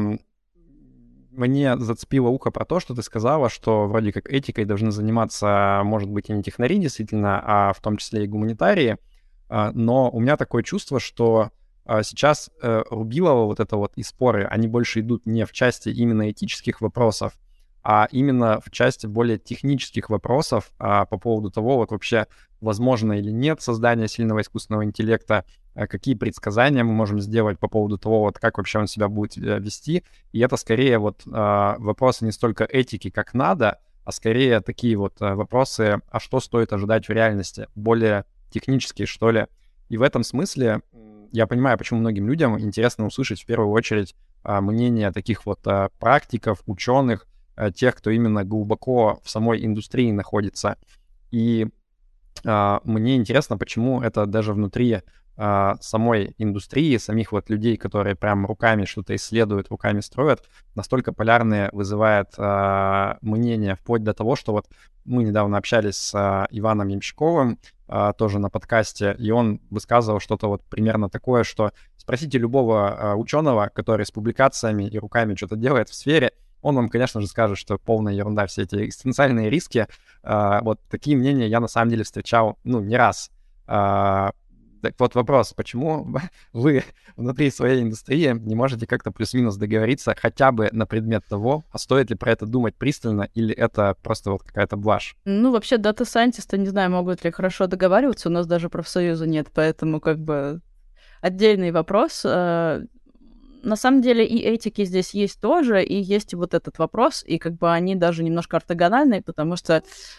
мне зацепило ухо про то, что ты сказала, что вроде как этикой должны заниматься, может быть, и не технари действительно, а в том числе и гуманитарии. Но у меня такое чувство, что сейчас Рубилова вот это вот и споры, они больше идут не в части именно этических вопросов, а именно в части более технических вопросов по поводу того, вот вообще возможно или нет создание сильного искусственного интеллекта, какие предсказания мы можем сделать по поводу того, вот как вообще он себя будет вести. И это скорее вот вопросы не столько этики, как надо, а скорее такие вот вопросы, а что стоит ожидать в реальности, более технические, что ли. И в этом смысле я понимаю, почему многим людям интересно услышать в первую очередь мнение таких вот практиков, ученых, тех, кто именно глубоко в самой индустрии находится. И мне интересно, почему это даже внутри самой индустрии, самих вот людей, которые прям руками что-то исследуют, руками строят, настолько полярные вызывает мнение, вплоть до того, что вот мы недавно общались с Иваном Ямщиковым, тоже на подкасте, и он высказывал что-то вот примерно такое, что спросите любого ученого, который с публикациями и руками что-то делает в сфере, он вам, конечно же, скажет, что полная ерунда, все эти экзистенциальные риски. Вот такие мнения я на самом деле встречал, ну, не раз. Так вот вопрос, почему вы внутри своей индустрии не можете как-то плюс-минус договориться хотя бы на предмет того, а стоит ли про это думать пристально, или это просто вот какая-то блажь? Ну, вообще, дата-сайентисты, не знаю, могут ли хорошо договариваться, у нас даже профсоюза нет, поэтому как бы отдельный вопрос. На самом деле и этики здесь есть тоже, и есть вот этот вопрос, и как бы они даже немножко ортогональные, потому что,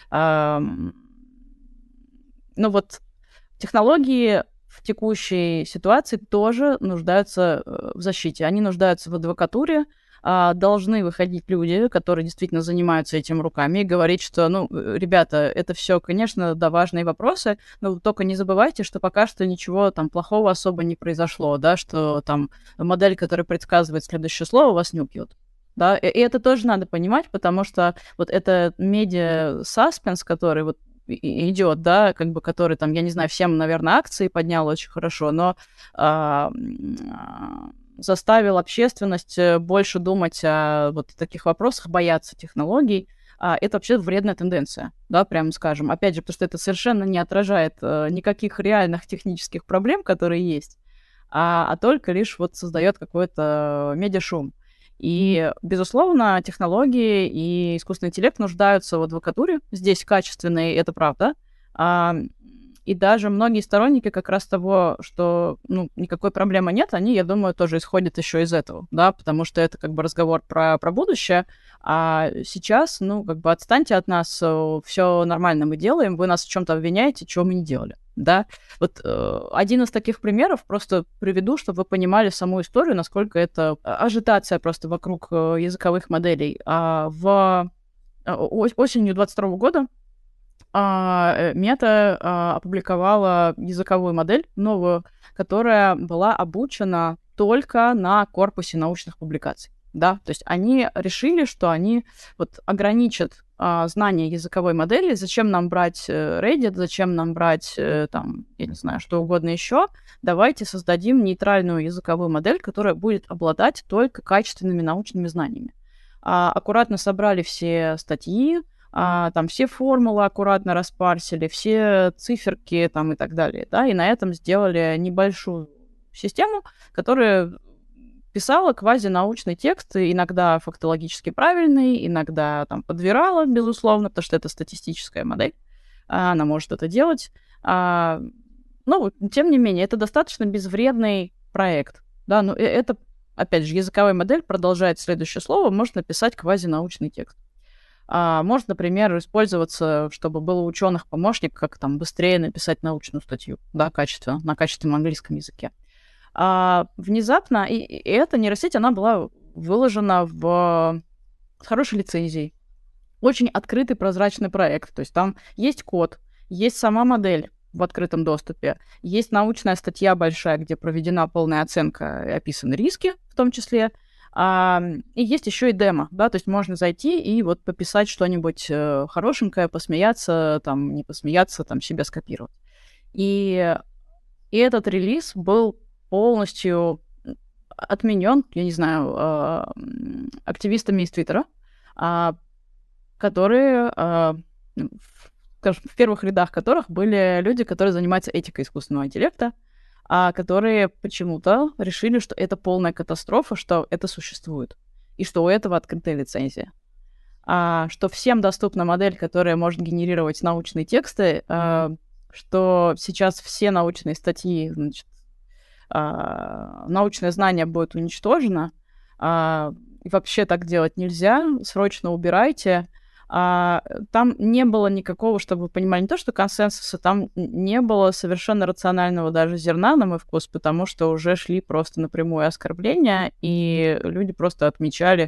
ну вот, технологии в текущей ситуации тоже нуждаются в защите. Они нуждаются в адвокатуре, должны выходить люди, которые действительно занимаются этим руками, и говорить, что, ну, ребята, это все, конечно, да, важные вопросы, но только не забывайте, что пока что ничего там плохого особо не произошло, да, что там модель, которая предсказывает следующее слово, вас не убьет. Да, и это тоже надо понимать, потому что вот это медиа-саспенс, который вот идет, да, как бы, который там, я не знаю, всем, наверное, акции поднял очень хорошо, но заставил общественность больше думать о вот таких вопросах, бояться технологий. Это вообще вредная тенденция, да, прямо скажем. Опять же, потому что это совершенно не отражает никаких реальных технических проблем, которые есть, а только лишь вот создает какой-то медиашум. И, безусловно, технологии и искусственный интеллект нуждаются в адвокатуре. Здесь качественной, это правда. И даже многие сторонники как раз того, что никакой проблемы нет, они, я думаю, тоже исходят еще из этого, да, потому что это как бы разговор про будущее, а сейчас, отстаньте от нас, все нормально мы делаем, вы нас в чем-то обвиняете, чего мы не делали, да. Вот один из таких примеров просто приведу, чтобы вы понимали саму историю, насколько это ажитация просто вокруг языковых моделей. Осенью 2022 года Мета опубликовала языковую модель новую, которая была обучена только на корпусе научных публикаций. Да? То есть они решили, что они ограничат знание языковой модели. Зачем нам брать Reddit, зачем нам брать, я не знаю, что угодно еще. Давайте создадим нейтральную языковую модель, которая будет обладать только качественными научными знаниями. Аккуратно собрали все статьи, там все формулы аккуратно распарсили, все циферки там и так далее, да, и на этом сделали небольшую систему, которая писала квазинаучный текст, иногда фактологически правильный, иногда там подбирала, безусловно, потому что это статистическая модель, она может это делать. Но, тем не менее, это достаточно безвредный проект, да, но это, опять же, языковая модель продолжает следующее слово, может написать квазинаучный текст. Может, например, использоваться, чтобы был у ученых помощник, как там быстрее написать научную статью, да, качественно, на качественном английском языке. Внезапно, и эта нейросеть, она была выложена с хорошей лицензией. Очень открытый, прозрачный проект. То есть там есть код, есть сама модель в открытом доступе, есть научная статья большая, где проведена полная оценка и описаны риски в том числе. И есть еще и демо, да, то есть можно зайти и пописать что-нибудь хорошенькое, посмеяться, там, не посмеяться, там, себя скопировать. И этот релиз был полностью отменен, я не знаю, активистами из Твиттера, которые, скажем, в первых рядах которых были люди, которые занимаются этикой искусственного интеллекта, которые почему-то решили, что это полная катастрофа, что это существует, и что у этого открытая лицензия. Что всем доступна модель, которая может генерировать научные тексты, что сейчас все научные статьи, значит, научное знание будет уничтожено, и вообще так делать нельзя, срочно убирайте. Там не было никакого, чтобы вы понимали, не то что консенсуса, там не было совершенно рационального даже зерна, на мой вкус, потому что уже шли просто напрямую оскорбления, и люди просто отмечали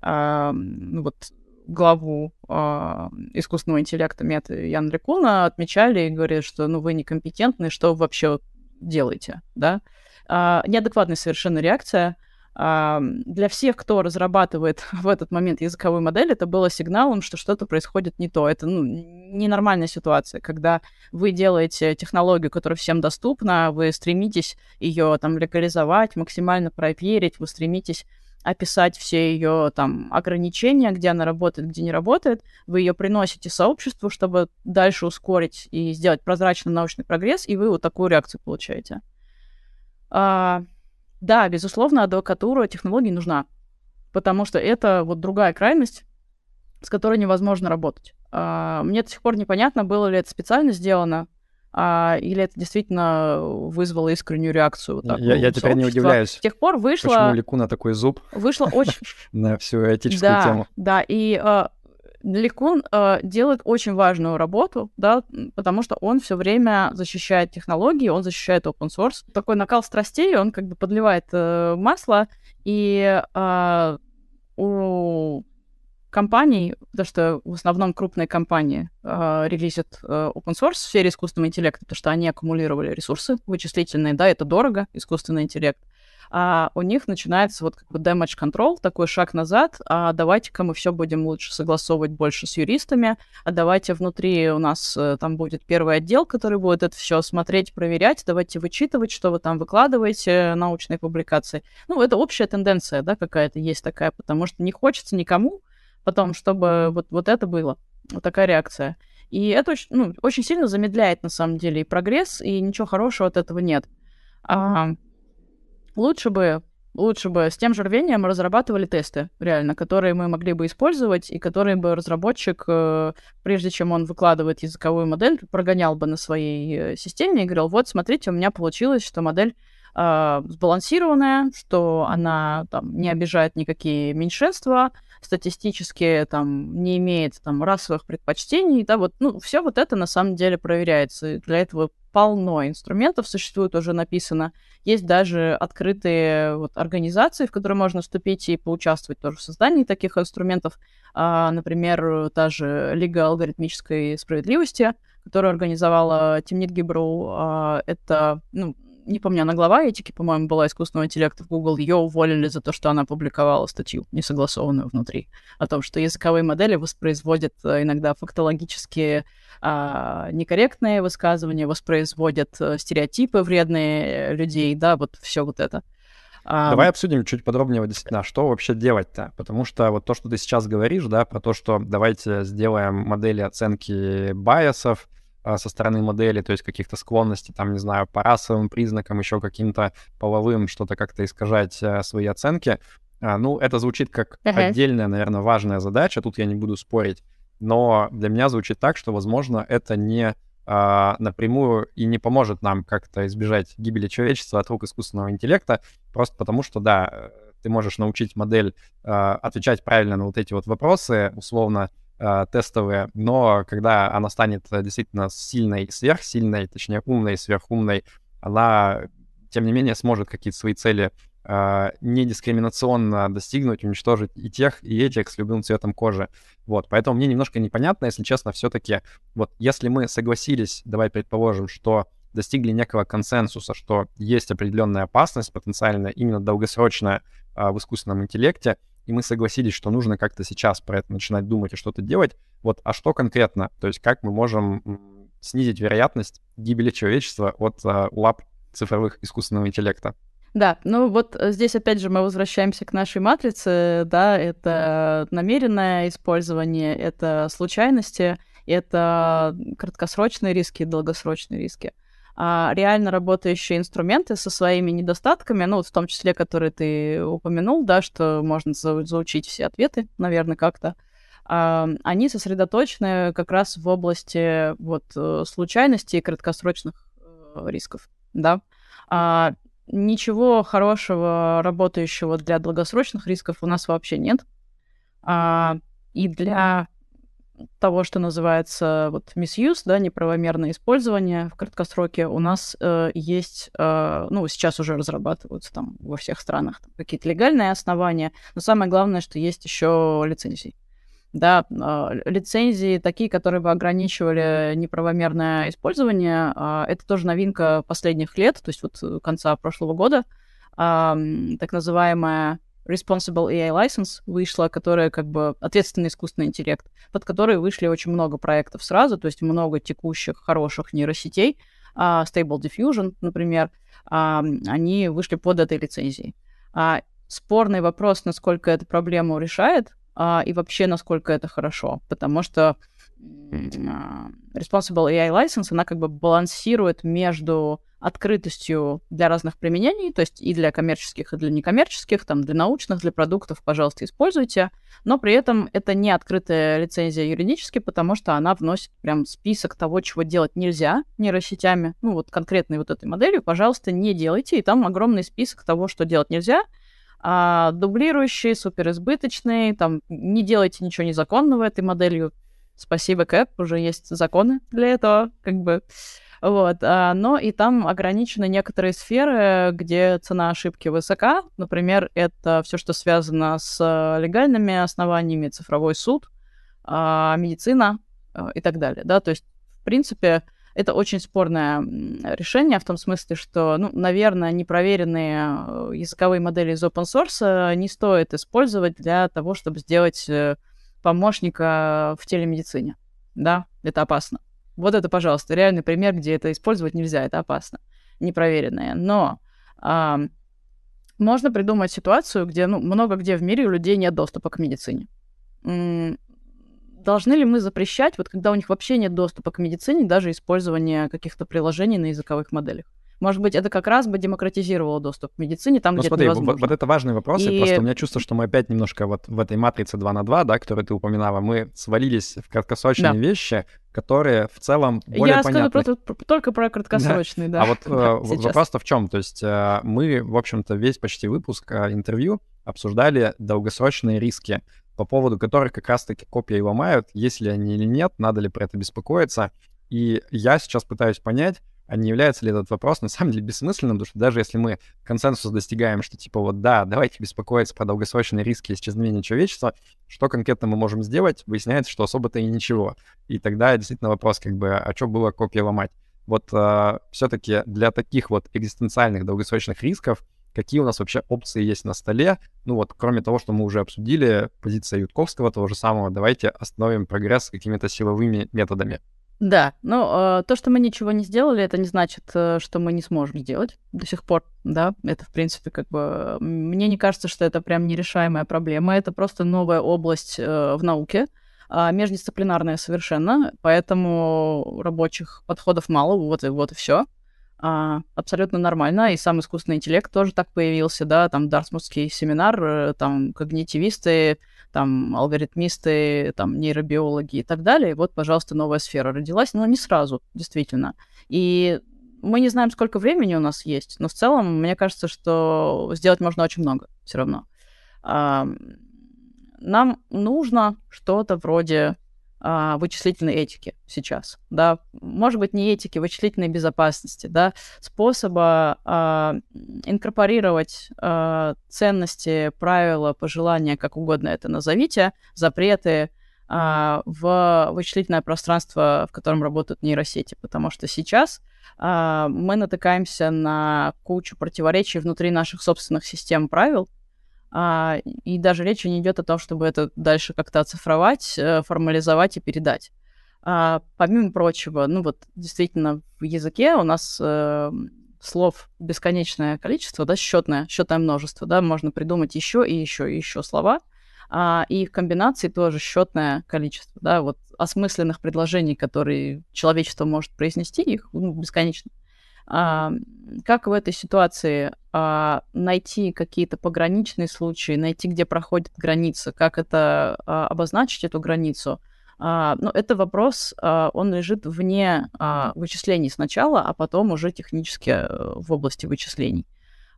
главу искусственного интеллекта Меты Ян Ликуна, отмечали и говорили, что вы некомпетентны, что вы вообще делаете, да? Неадекватная совершенно реакция. Для всех, кто разрабатывает в этот момент языковую модель, это было сигналом, что что-то происходит не то. Это ненормальная ситуация, когда вы делаете технологию, которая всем доступна, вы стремитесь ее там легализовать, максимально проверить, вы стремитесь описать все ее там ограничения, где она работает, где не работает, вы ее приносите сообществу, чтобы дальше ускорить и сделать прозрачный научный прогресс, и вы такую реакцию получаете. Да, безусловно, адвокатура технологий нужна, потому что это другая крайность, с которой невозможно работать. Мне до сих пор непонятно, было ли это специально сделано, или это действительно вызвало искреннюю реакцию. Я теперь не удивляюсь, с тех пор вышло... почему Ликуна такой зуб вышло очень... на всю этическую тему. Да, и Ликун делает очень важную работу, да, потому что он все время защищает технологии, он защищает open source. Такой накал страстей, он как бы подливает масло, и у компаний, потому что в основном крупные компании релизят open source в сфере искусственного интеллекта, потому что они аккумулировали ресурсы вычислительные, да, это дорого, искусственный интеллект. У них начинается damage control, такой шаг назад, давайте-ка мы все будем лучше согласовывать больше с юристами, давайте внутри у нас там будет первый отдел, который будет это все смотреть, проверять, давайте вычитывать, что вы там выкладываете, научные публикации. Это общая тенденция, да, какая-то есть такая, потому что не хочется никому потом, чтобы вот это было, вот такая реакция. И это очень сильно замедляет, на самом деле, и прогресс, и ничего хорошего от этого нет. Лучше бы Лучше бы с тем же рвением разрабатывали тесты, реально, которые мы могли бы использовать, и которые бы разработчик, прежде чем он выкладывает языковую модель, прогонял бы на своей системе и говорил, вот, смотрите, у меня получилось, что модель сбалансированная, что она там не обижает никакие меньшинства, статистически там не имеет там расовых предпочтений, да, вот, ну, все вот это на самом деле проверяется. И для этого полно инструментов существует, уже написано. Есть даже открытые вот организации, в которые можно вступить и поучаствовать тоже в создании таких инструментов. Например, та же Лига алгоритмической справедливости, которую организовала Тимнит Гибру. Это, ну, не помню, она глава этики, по-моему, была искусственного интеллекта в Google. Ее уволили за то, что она публиковала статью, несогласованную внутри, о том, что языковые модели воспроизводят иногда фактологически некорректные высказывания, воспроизводят стереотипы вредные людей, да, вот все вот это. Давай обсудим чуть подробнее, вот, действительно, что вообще делать-то, потому что вот то, что ты сейчас говоришь, да, про то, что давайте сделаем модели оценки байасов, со стороны модели, то есть каких-то склонностей, там, не знаю, по расовым признакам, еще каким-то половым, что-то как-то искажать свои оценки. Ну, это звучит как отдельная, наверное, важная задача, тут я не буду спорить, но для меня звучит так, что, возможно, это не напрямую и не поможет нам как-то избежать гибели человечества от рук искусственного интеллекта, просто потому что, да, ты можешь научить модель отвечать правильно на вот эти вот вопросы, условно, тестовые, но когда она станет действительно сильной, сверхсильной, точнее, умной, сверхумной, она, тем не менее, сможет какие-то свои цели недискриминационно достигнуть, уничтожить и тех, и этих с любым цветом кожи. Вот, поэтому мне немножко непонятно, если честно, все-таки, вот, если мы согласились, давай предположим, что достигли некого консенсуса, что есть определенная опасность потенциальная, именно долгосрочная в искусственном интеллекте, и мы согласились, что нужно как-то сейчас про это начинать думать и что-то делать. Вот, а что конкретно? То есть как мы можем снизить вероятность гибели человечества от лап цифровых искусственного интеллекта? Да, ну вот здесь опять же мы возвращаемся к нашей матрице, да, это намеренное использование, это случайности, это краткосрочные риски и долгосрочные риски. А реально работающие инструменты со своими недостатками, ну, вот в том числе, которые ты упомянул, да, что можно заучить все ответы, наверное, как-то, они сосредоточены как раз в области вот случайностей и краткосрочных рисков, да. Ничего хорошего, работающего для долгосрочных рисков у нас вообще нет. И для того, что называется вот misuse, да, неправомерное использование в краткосроке, у нас есть, ну, сейчас уже разрабатываются там во всех странах какие-то легальные основания, но самое главное, что есть еще лицензии. Да, лицензии такие, которые бы ограничивали неправомерное использование, это тоже новинка последних лет, то есть вот конца прошлого года, так называемая Responsible AI License вышла, которая как бы ответственный искусственный интеллект, под который вышли очень много проектов сразу, то есть много текущих хороших нейросетей, Stable Diffusion, например, они вышли под этой лицензией. Спорный вопрос, насколько эта проблему решает, и вообще, насколько это хорошо, потому что Responsible AI License, она как бы балансирует между открытостью для разных применений, то есть и для коммерческих, и для некоммерческих, там, для научных, для продуктов, пожалуйста, используйте, но при этом это не открытая лицензия юридически, потому что она вносит прям список того, чего делать нельзя нейросетями, ну вот конкретной вот этой моделью, пожалуйста, не делайте, и там огромный список того, что делать нельзя, дублирующий, суперизбыточный, там, не делайте ничего незаконного этой моделью. Спасибо, Кэп, уже есть законы для этого, как бы, вот. Но и там ограничены некоторые сферы, где цена ошибки высока. Например, это все, что связано с легальными основаниями, цифровой суд, медицина и так далее, да, то есть, в принципе, это очень спорное решение в том смысле, что, ну, наверное, непроверенные языковые модели из open source не стоит использовать для того, чтобы сделать помощника в телемедицине. Да, это опасно. Вот это, пожалуйста, реальный пример, где это использовать нельзя, это опасно, непроверенные. Но можно придумать ситуацию, где, ну, много где в мире у людей нет доступа к медицине. Должны ли мы запрещать, вот когда у них вообще нет доступа к медицине, даже использование каких-то приложений на языковых моделях? Может быть, это как раз бы демократизировало доступ к медицине там, где смотри, это невозможно. Вот это важный вопрос, и просто у меня чувство, что мы опять немножко вот в этой матрице 2 на 2, да, которую ты упоминала, мы свалились в краткосрочные вещи, которые в целом более понятны. Я скажу только про краткосрочные, да. А вот вопрос-то в чем? То есть мы, в общем-то, весь почти выпуск интервью обсуждали долгосрочные риски, по поводу которых как раз-таки копии ломают, есть ли они или нет, надо ли про это беспокоиться. И я сейчас пытаюсь понять, а не является ли этот вопрос на самом деле бессмысленным, потому что даже если мы консенсус достигаем, что типа вот да, давайте беспокоиться про долгосрочные риски исчезновения человечества, что конкретно мы можем сделать, выясняется, что особо-то и ничего. И тогда действительно вопрос как бы, а что было копии ломать? Вот все-таки для таких вот экзистенциальных долгосрочных рисков какие у нас вообще опции есть на столе? Ну вот, кроме того, что мы уже обсудили, позиция Ютковского того же самого, давайте остановим прогресс какими-то силовыми методами. Да, то, что мы ничего не сделали, это не значит, что мы не сможем сделать до сих пор, да, это, в принципе, как бы, мне не кажется, что это прям нерешаемая проблема, это просто новая область в науке, междисциплинарная совершенно, поэтому рабочих подходов мало, вот и все. Абсолютно нормально, и сам искусственный интеллект тоже так появился, да, там Дартмутский семинар, там когнитивисты, там алгоритмисты, там нейробиологи и так далее. Вот, пожалуйста, новая сфера родилась, но не сразу, действительно. И мы не знаем, сколько времени у нас есть, но в целом, мне кажется, что сделать можно очень много все равно. Нам нужно что-то вроде вычислительной этики сейчас, да, может быть, не этики, вычислительной безопасности, да, способа инкорпорировать ценности, правила, пожелания, как угодно это назовите, запреты в вычислительное пространство, в котором работают нейросети, потому что сейчас мы натыкаемся на кучу противоречий внутри наших собственных систем правил, и даже речи не идет о том, чтобы это дальше как-то оцифровать, формализовать и передать. Помимо прочего, ну вот действительно в языке у нас слов бесконечное количество, да, счетное множество, да, можно придумать еще и еще и еще слова, и их комбинации тоже счетное количество, да, вот осмысленных предложений, которые человечество может произнести, их бесконечно. Как в этой ситуации найти какие-то пограничные случаи, найти, где проходит граница, как это обозначить, эту границу? Это вопрос, он лежит вне вычислений сначала, а потом уже технически в области вычислений.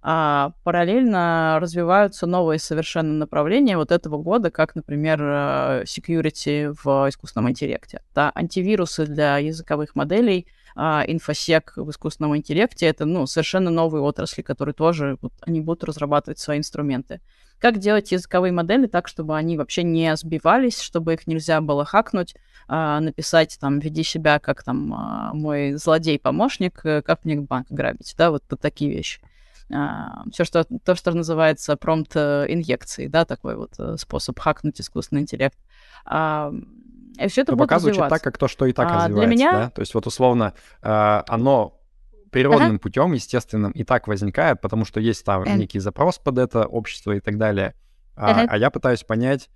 Параллельно развиваются новые совершенно направления вот этого года, как, например, security в искусственном интеллекте. Да, антивирусы для языковых моделей, инфосек в искусственном интеллекте — это совершенно новые отрасли, которые тоже они будут разрабатывать свои инструменты. Как делать языковые модели так, чтобы они вообще не сбивались, чтобы их нельзя было хакнуть, написать там «веди себя как там мой злодей-помощник, как мне банк грабить», да, вот такие вещи. То, что называется промпт-инъекцией, да, такой вот способ хакнуть искусственный интеллект. И все это будет развиваться. Звучит так, как то, что и так развивается, для меня... да? То есть вот условно оно природным путем, естественным, и так возникает, потому что есть там некий запрос под это общество и так далее. А я пытаюсь понять,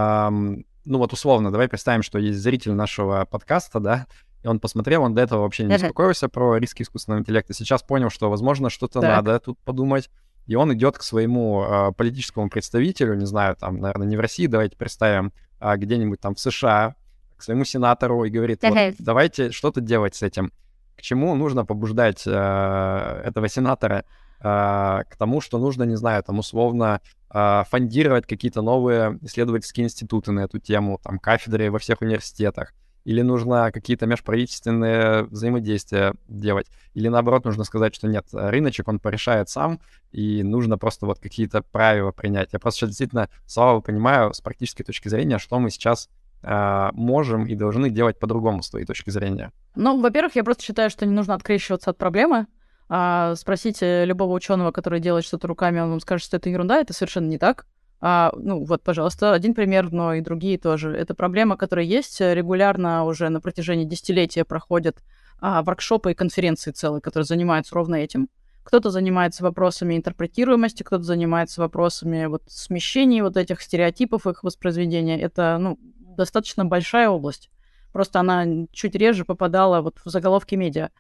вот условно, давай представим, что есть зритель нашего подкаста, да, и он посмотрел, он до этого вообще не беспокоился про риски искусственного интеллекта, сейчас понял, что, возможно, что-то надо тут подумать, и он идет к своему политическому представителю, не знаю, там, наверное, не в России, давайте представим, а где-нибудь там в США, к своему сенатору и говорит, вот, давайте что-то делать с этим. К чему нужно побуждать этого сенатора? К тому, что нужно, не знаю, там, условно, фондировать какие-то новые исследовательские институты на эту тему, там, кафедры во всех университетах. Или нужно какие-то межправительственные взаимодействия делать. Или, наоборот, нужно сказать, что нет, рыночек, он порешает сам, и нужно просто вот какие-то правила принять. Я просто сейчас действительно слабо понимаю с практической точки зрения, что мы сейчас можем и должны делать по-другому с твоей точки зрения. Во-первых, я просто считаю, что не нужно открещиваться от проблемы. Спросите любого ученого, который делает что-то руками, он вам скажет, что это ерунда, это совершенно не так. Вот, пожалуйста, один пример, но и другие тоже. Это проблема, которая есть. Регулярно уже на протяжении десятилетия проходят воркшопы и конференции целые, которые занимаются ровно этим. Кто-то занимается вопросами интерпретируемости, кто-то занимается вопросами смещений этих стереотипов, их воспроизведения. Это, достаточно большая область. Просто она чуть реже попадала в заголовки медиа.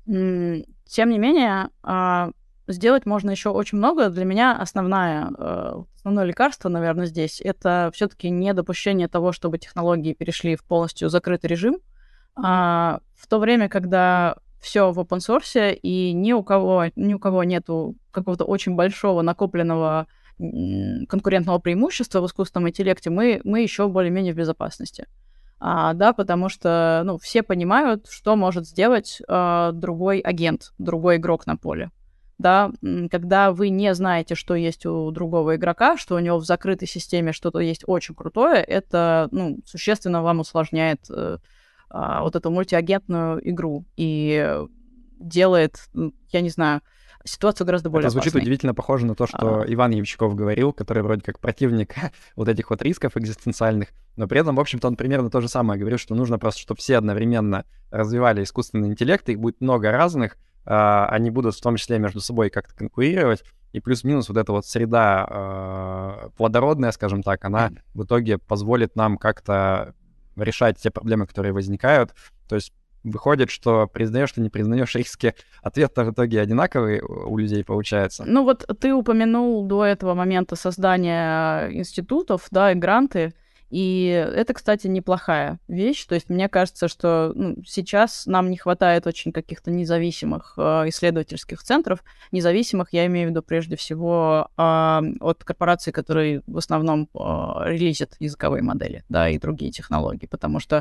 Тем не менее, сделать можно еще очень много. Для меня основное лекарство, наверное, здесь — это все-таки недопущение того, чтобы технологии перешли в полностью закрытый режим. В то время, когда все в open source, и ни у кого нету какого-то очень большого накопленного конкурентного преимущества в искусственном интеллекте, мы еще более-менее в безопасности. Да, потому что, все понимают, что может сделать другой агент, другой игрок на поле. Да, когда вы не знаете, что есть у другого игрока, что у него в закрытой системе что-то есть очень крутое, это, существенно вам усложняет вот эту мультиагентную игру и делает, я не знаю, ситуацию гораздо более опасной. Это звучит удивительно похоже на то, что Иван Ямщиков говорил, который вроде как противник вот этих вот рисков экзистенциальных, но при этом, в общем-то, он примерно то же самое говорил, что нужно просто, чтобы все одновременно развивали искусственный интеллект, их будет много разных, они будут в том числе между собой как-то конкурировать, и плюс-минус вот эта вот среда плодородная, скажем так, она в итоге позволит нам как-то решать те проблемы, которые возникают. То есть выходит, что признаешь ты, не признаешь риски, ответ-то в итоге одинаковый у людей получается. Вот ты упомянул до этого момента создания институтов, да, и гранты, и это, кстати, неплохая вещь. То есть мне кажется, что сейчас нам не хватает очень каких-то независимых исследовательских центров. Независимых я имею в виду прежде всего от корпораций, которые в основном релизят языковые модели, да, и другие технологии, потому что,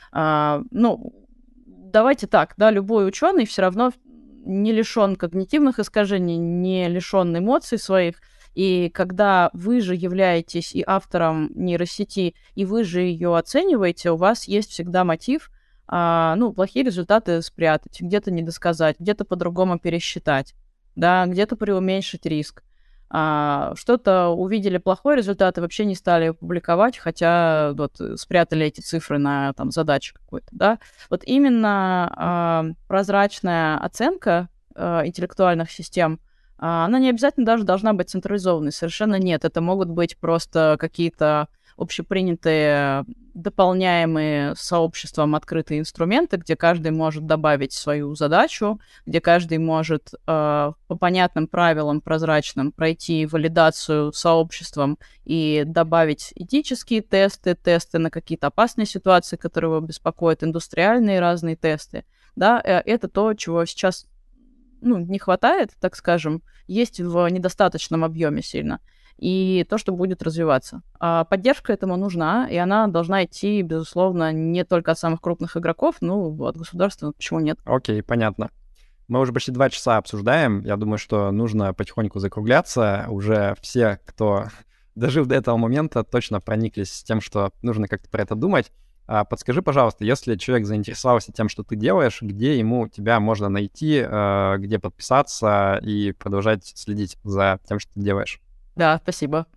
давайте так, да, любой ученый все равно не лишен когнитивных искажений, не лишен эмоций своих. И когда вы же являетесь и автором нейросети, и вы же ее оцениваете, у вас есть всегда мотив, плохие результаты спрятать, где-то недосказать, где-то по-другому пересчитать, да, где-то преуменьшить риск. Что-то увидели плохой результат и вообще не стали публиковать, хотя вот спрятали эти цифры на задачу какую-то, да. Вот именно прозрачная оценка интеллектуальных систем, она не обязательно даже должна быть централизованной, совершенно нет. Это могут быть просто какие-то общепринятые, дополняемые сообществом открытые инструменты, где каждый может добавить свою задачу, где каждый может по понятным правилам прозрачным пройти валидацию сообществом и добавить этические тесты на какие-то опасные ситуации, которые его беспокоят, индустриальные разные тесты. Да, это то, чего сейчас не хватает, так скажем, есть в недостаточном объеме сильно, и то, что будет развиваться. Поддержка этому нужна, и она должна идти, безусловно, не только от самых крупных игроков, но от государства, почему нет? Окей, понятно. Мы уже почти 2 часа обсуждаем. Я думаю, что нужно потихоньку закругляться. Уже все, кто дожил до этого момента, точно прониклись тем, что нужно как-то про это думать. Подскажи, пожалуйста, если человек заинтересовался тем, что ты делаешь, где ему тебя можно найти, где подписаться и продолжать следить за тем, что ты делаешь? Да, спасибо.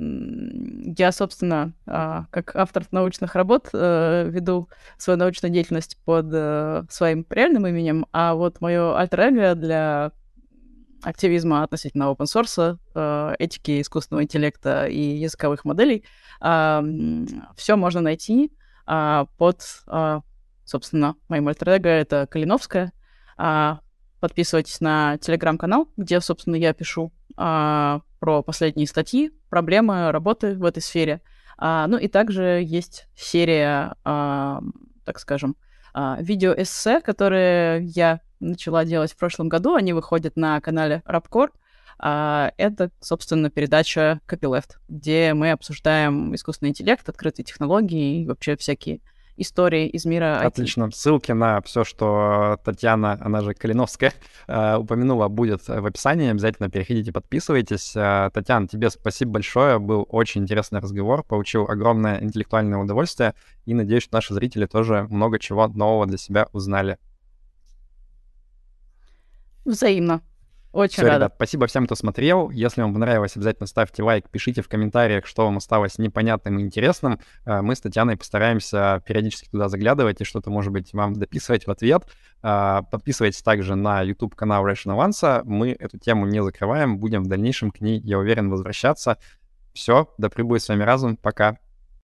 Я, собственно, как автор научных работ веду свою научную деятельность под своим реальным именем, а вот мое альтер-эго для активизма относительно open source, этики искусственного интеллекта и языковых моделей, все можно найти под, собственно, моим альтер-эго, это Калиновская. Подписывайтесь на телеграм-канал, где, собственно, я пишу про последние статьи, проблемы работы в этой сфере. И также есть серия, так скажем, видеоэссе, которые я начала делать в прошлом году. Они выходят на канале Rapcore. Это, собственно, передача Copyleft, где мы обсуждаем искусственный интеллект, открытые технологии и вообще всякие истории из мира IT. Отлично. Ссылки на все, что Татьяна, она же Калиновская, упомянула, будет в описании. Обязательно переходите, подписывайтесь. Татьяна, тебе спасибо большое. Был очень интересный разговор. Получил огромное интеллектуальное удовольствие. И надеюсь, что наши зрители тоже много чего нового для себя узнали. Взаимно. Очень Все, рада. ребят, спасибо всем, кто смотрел. Если вам понравилось, обязательно ставьте лайк, пишите в комментариях, что вам осталось непонятным и интересным. Мы с Татьяной постараемся периодически туда заглядывать и что-то, может быть, вам дописывать в ответ. Подписывайтесь также на YouTube-канал Rational Answer. Мы эту тему не закрываем, будем в дальнейшем к ней, я уверен, возвращаться. Все, да пребудет с вами разум. Пока.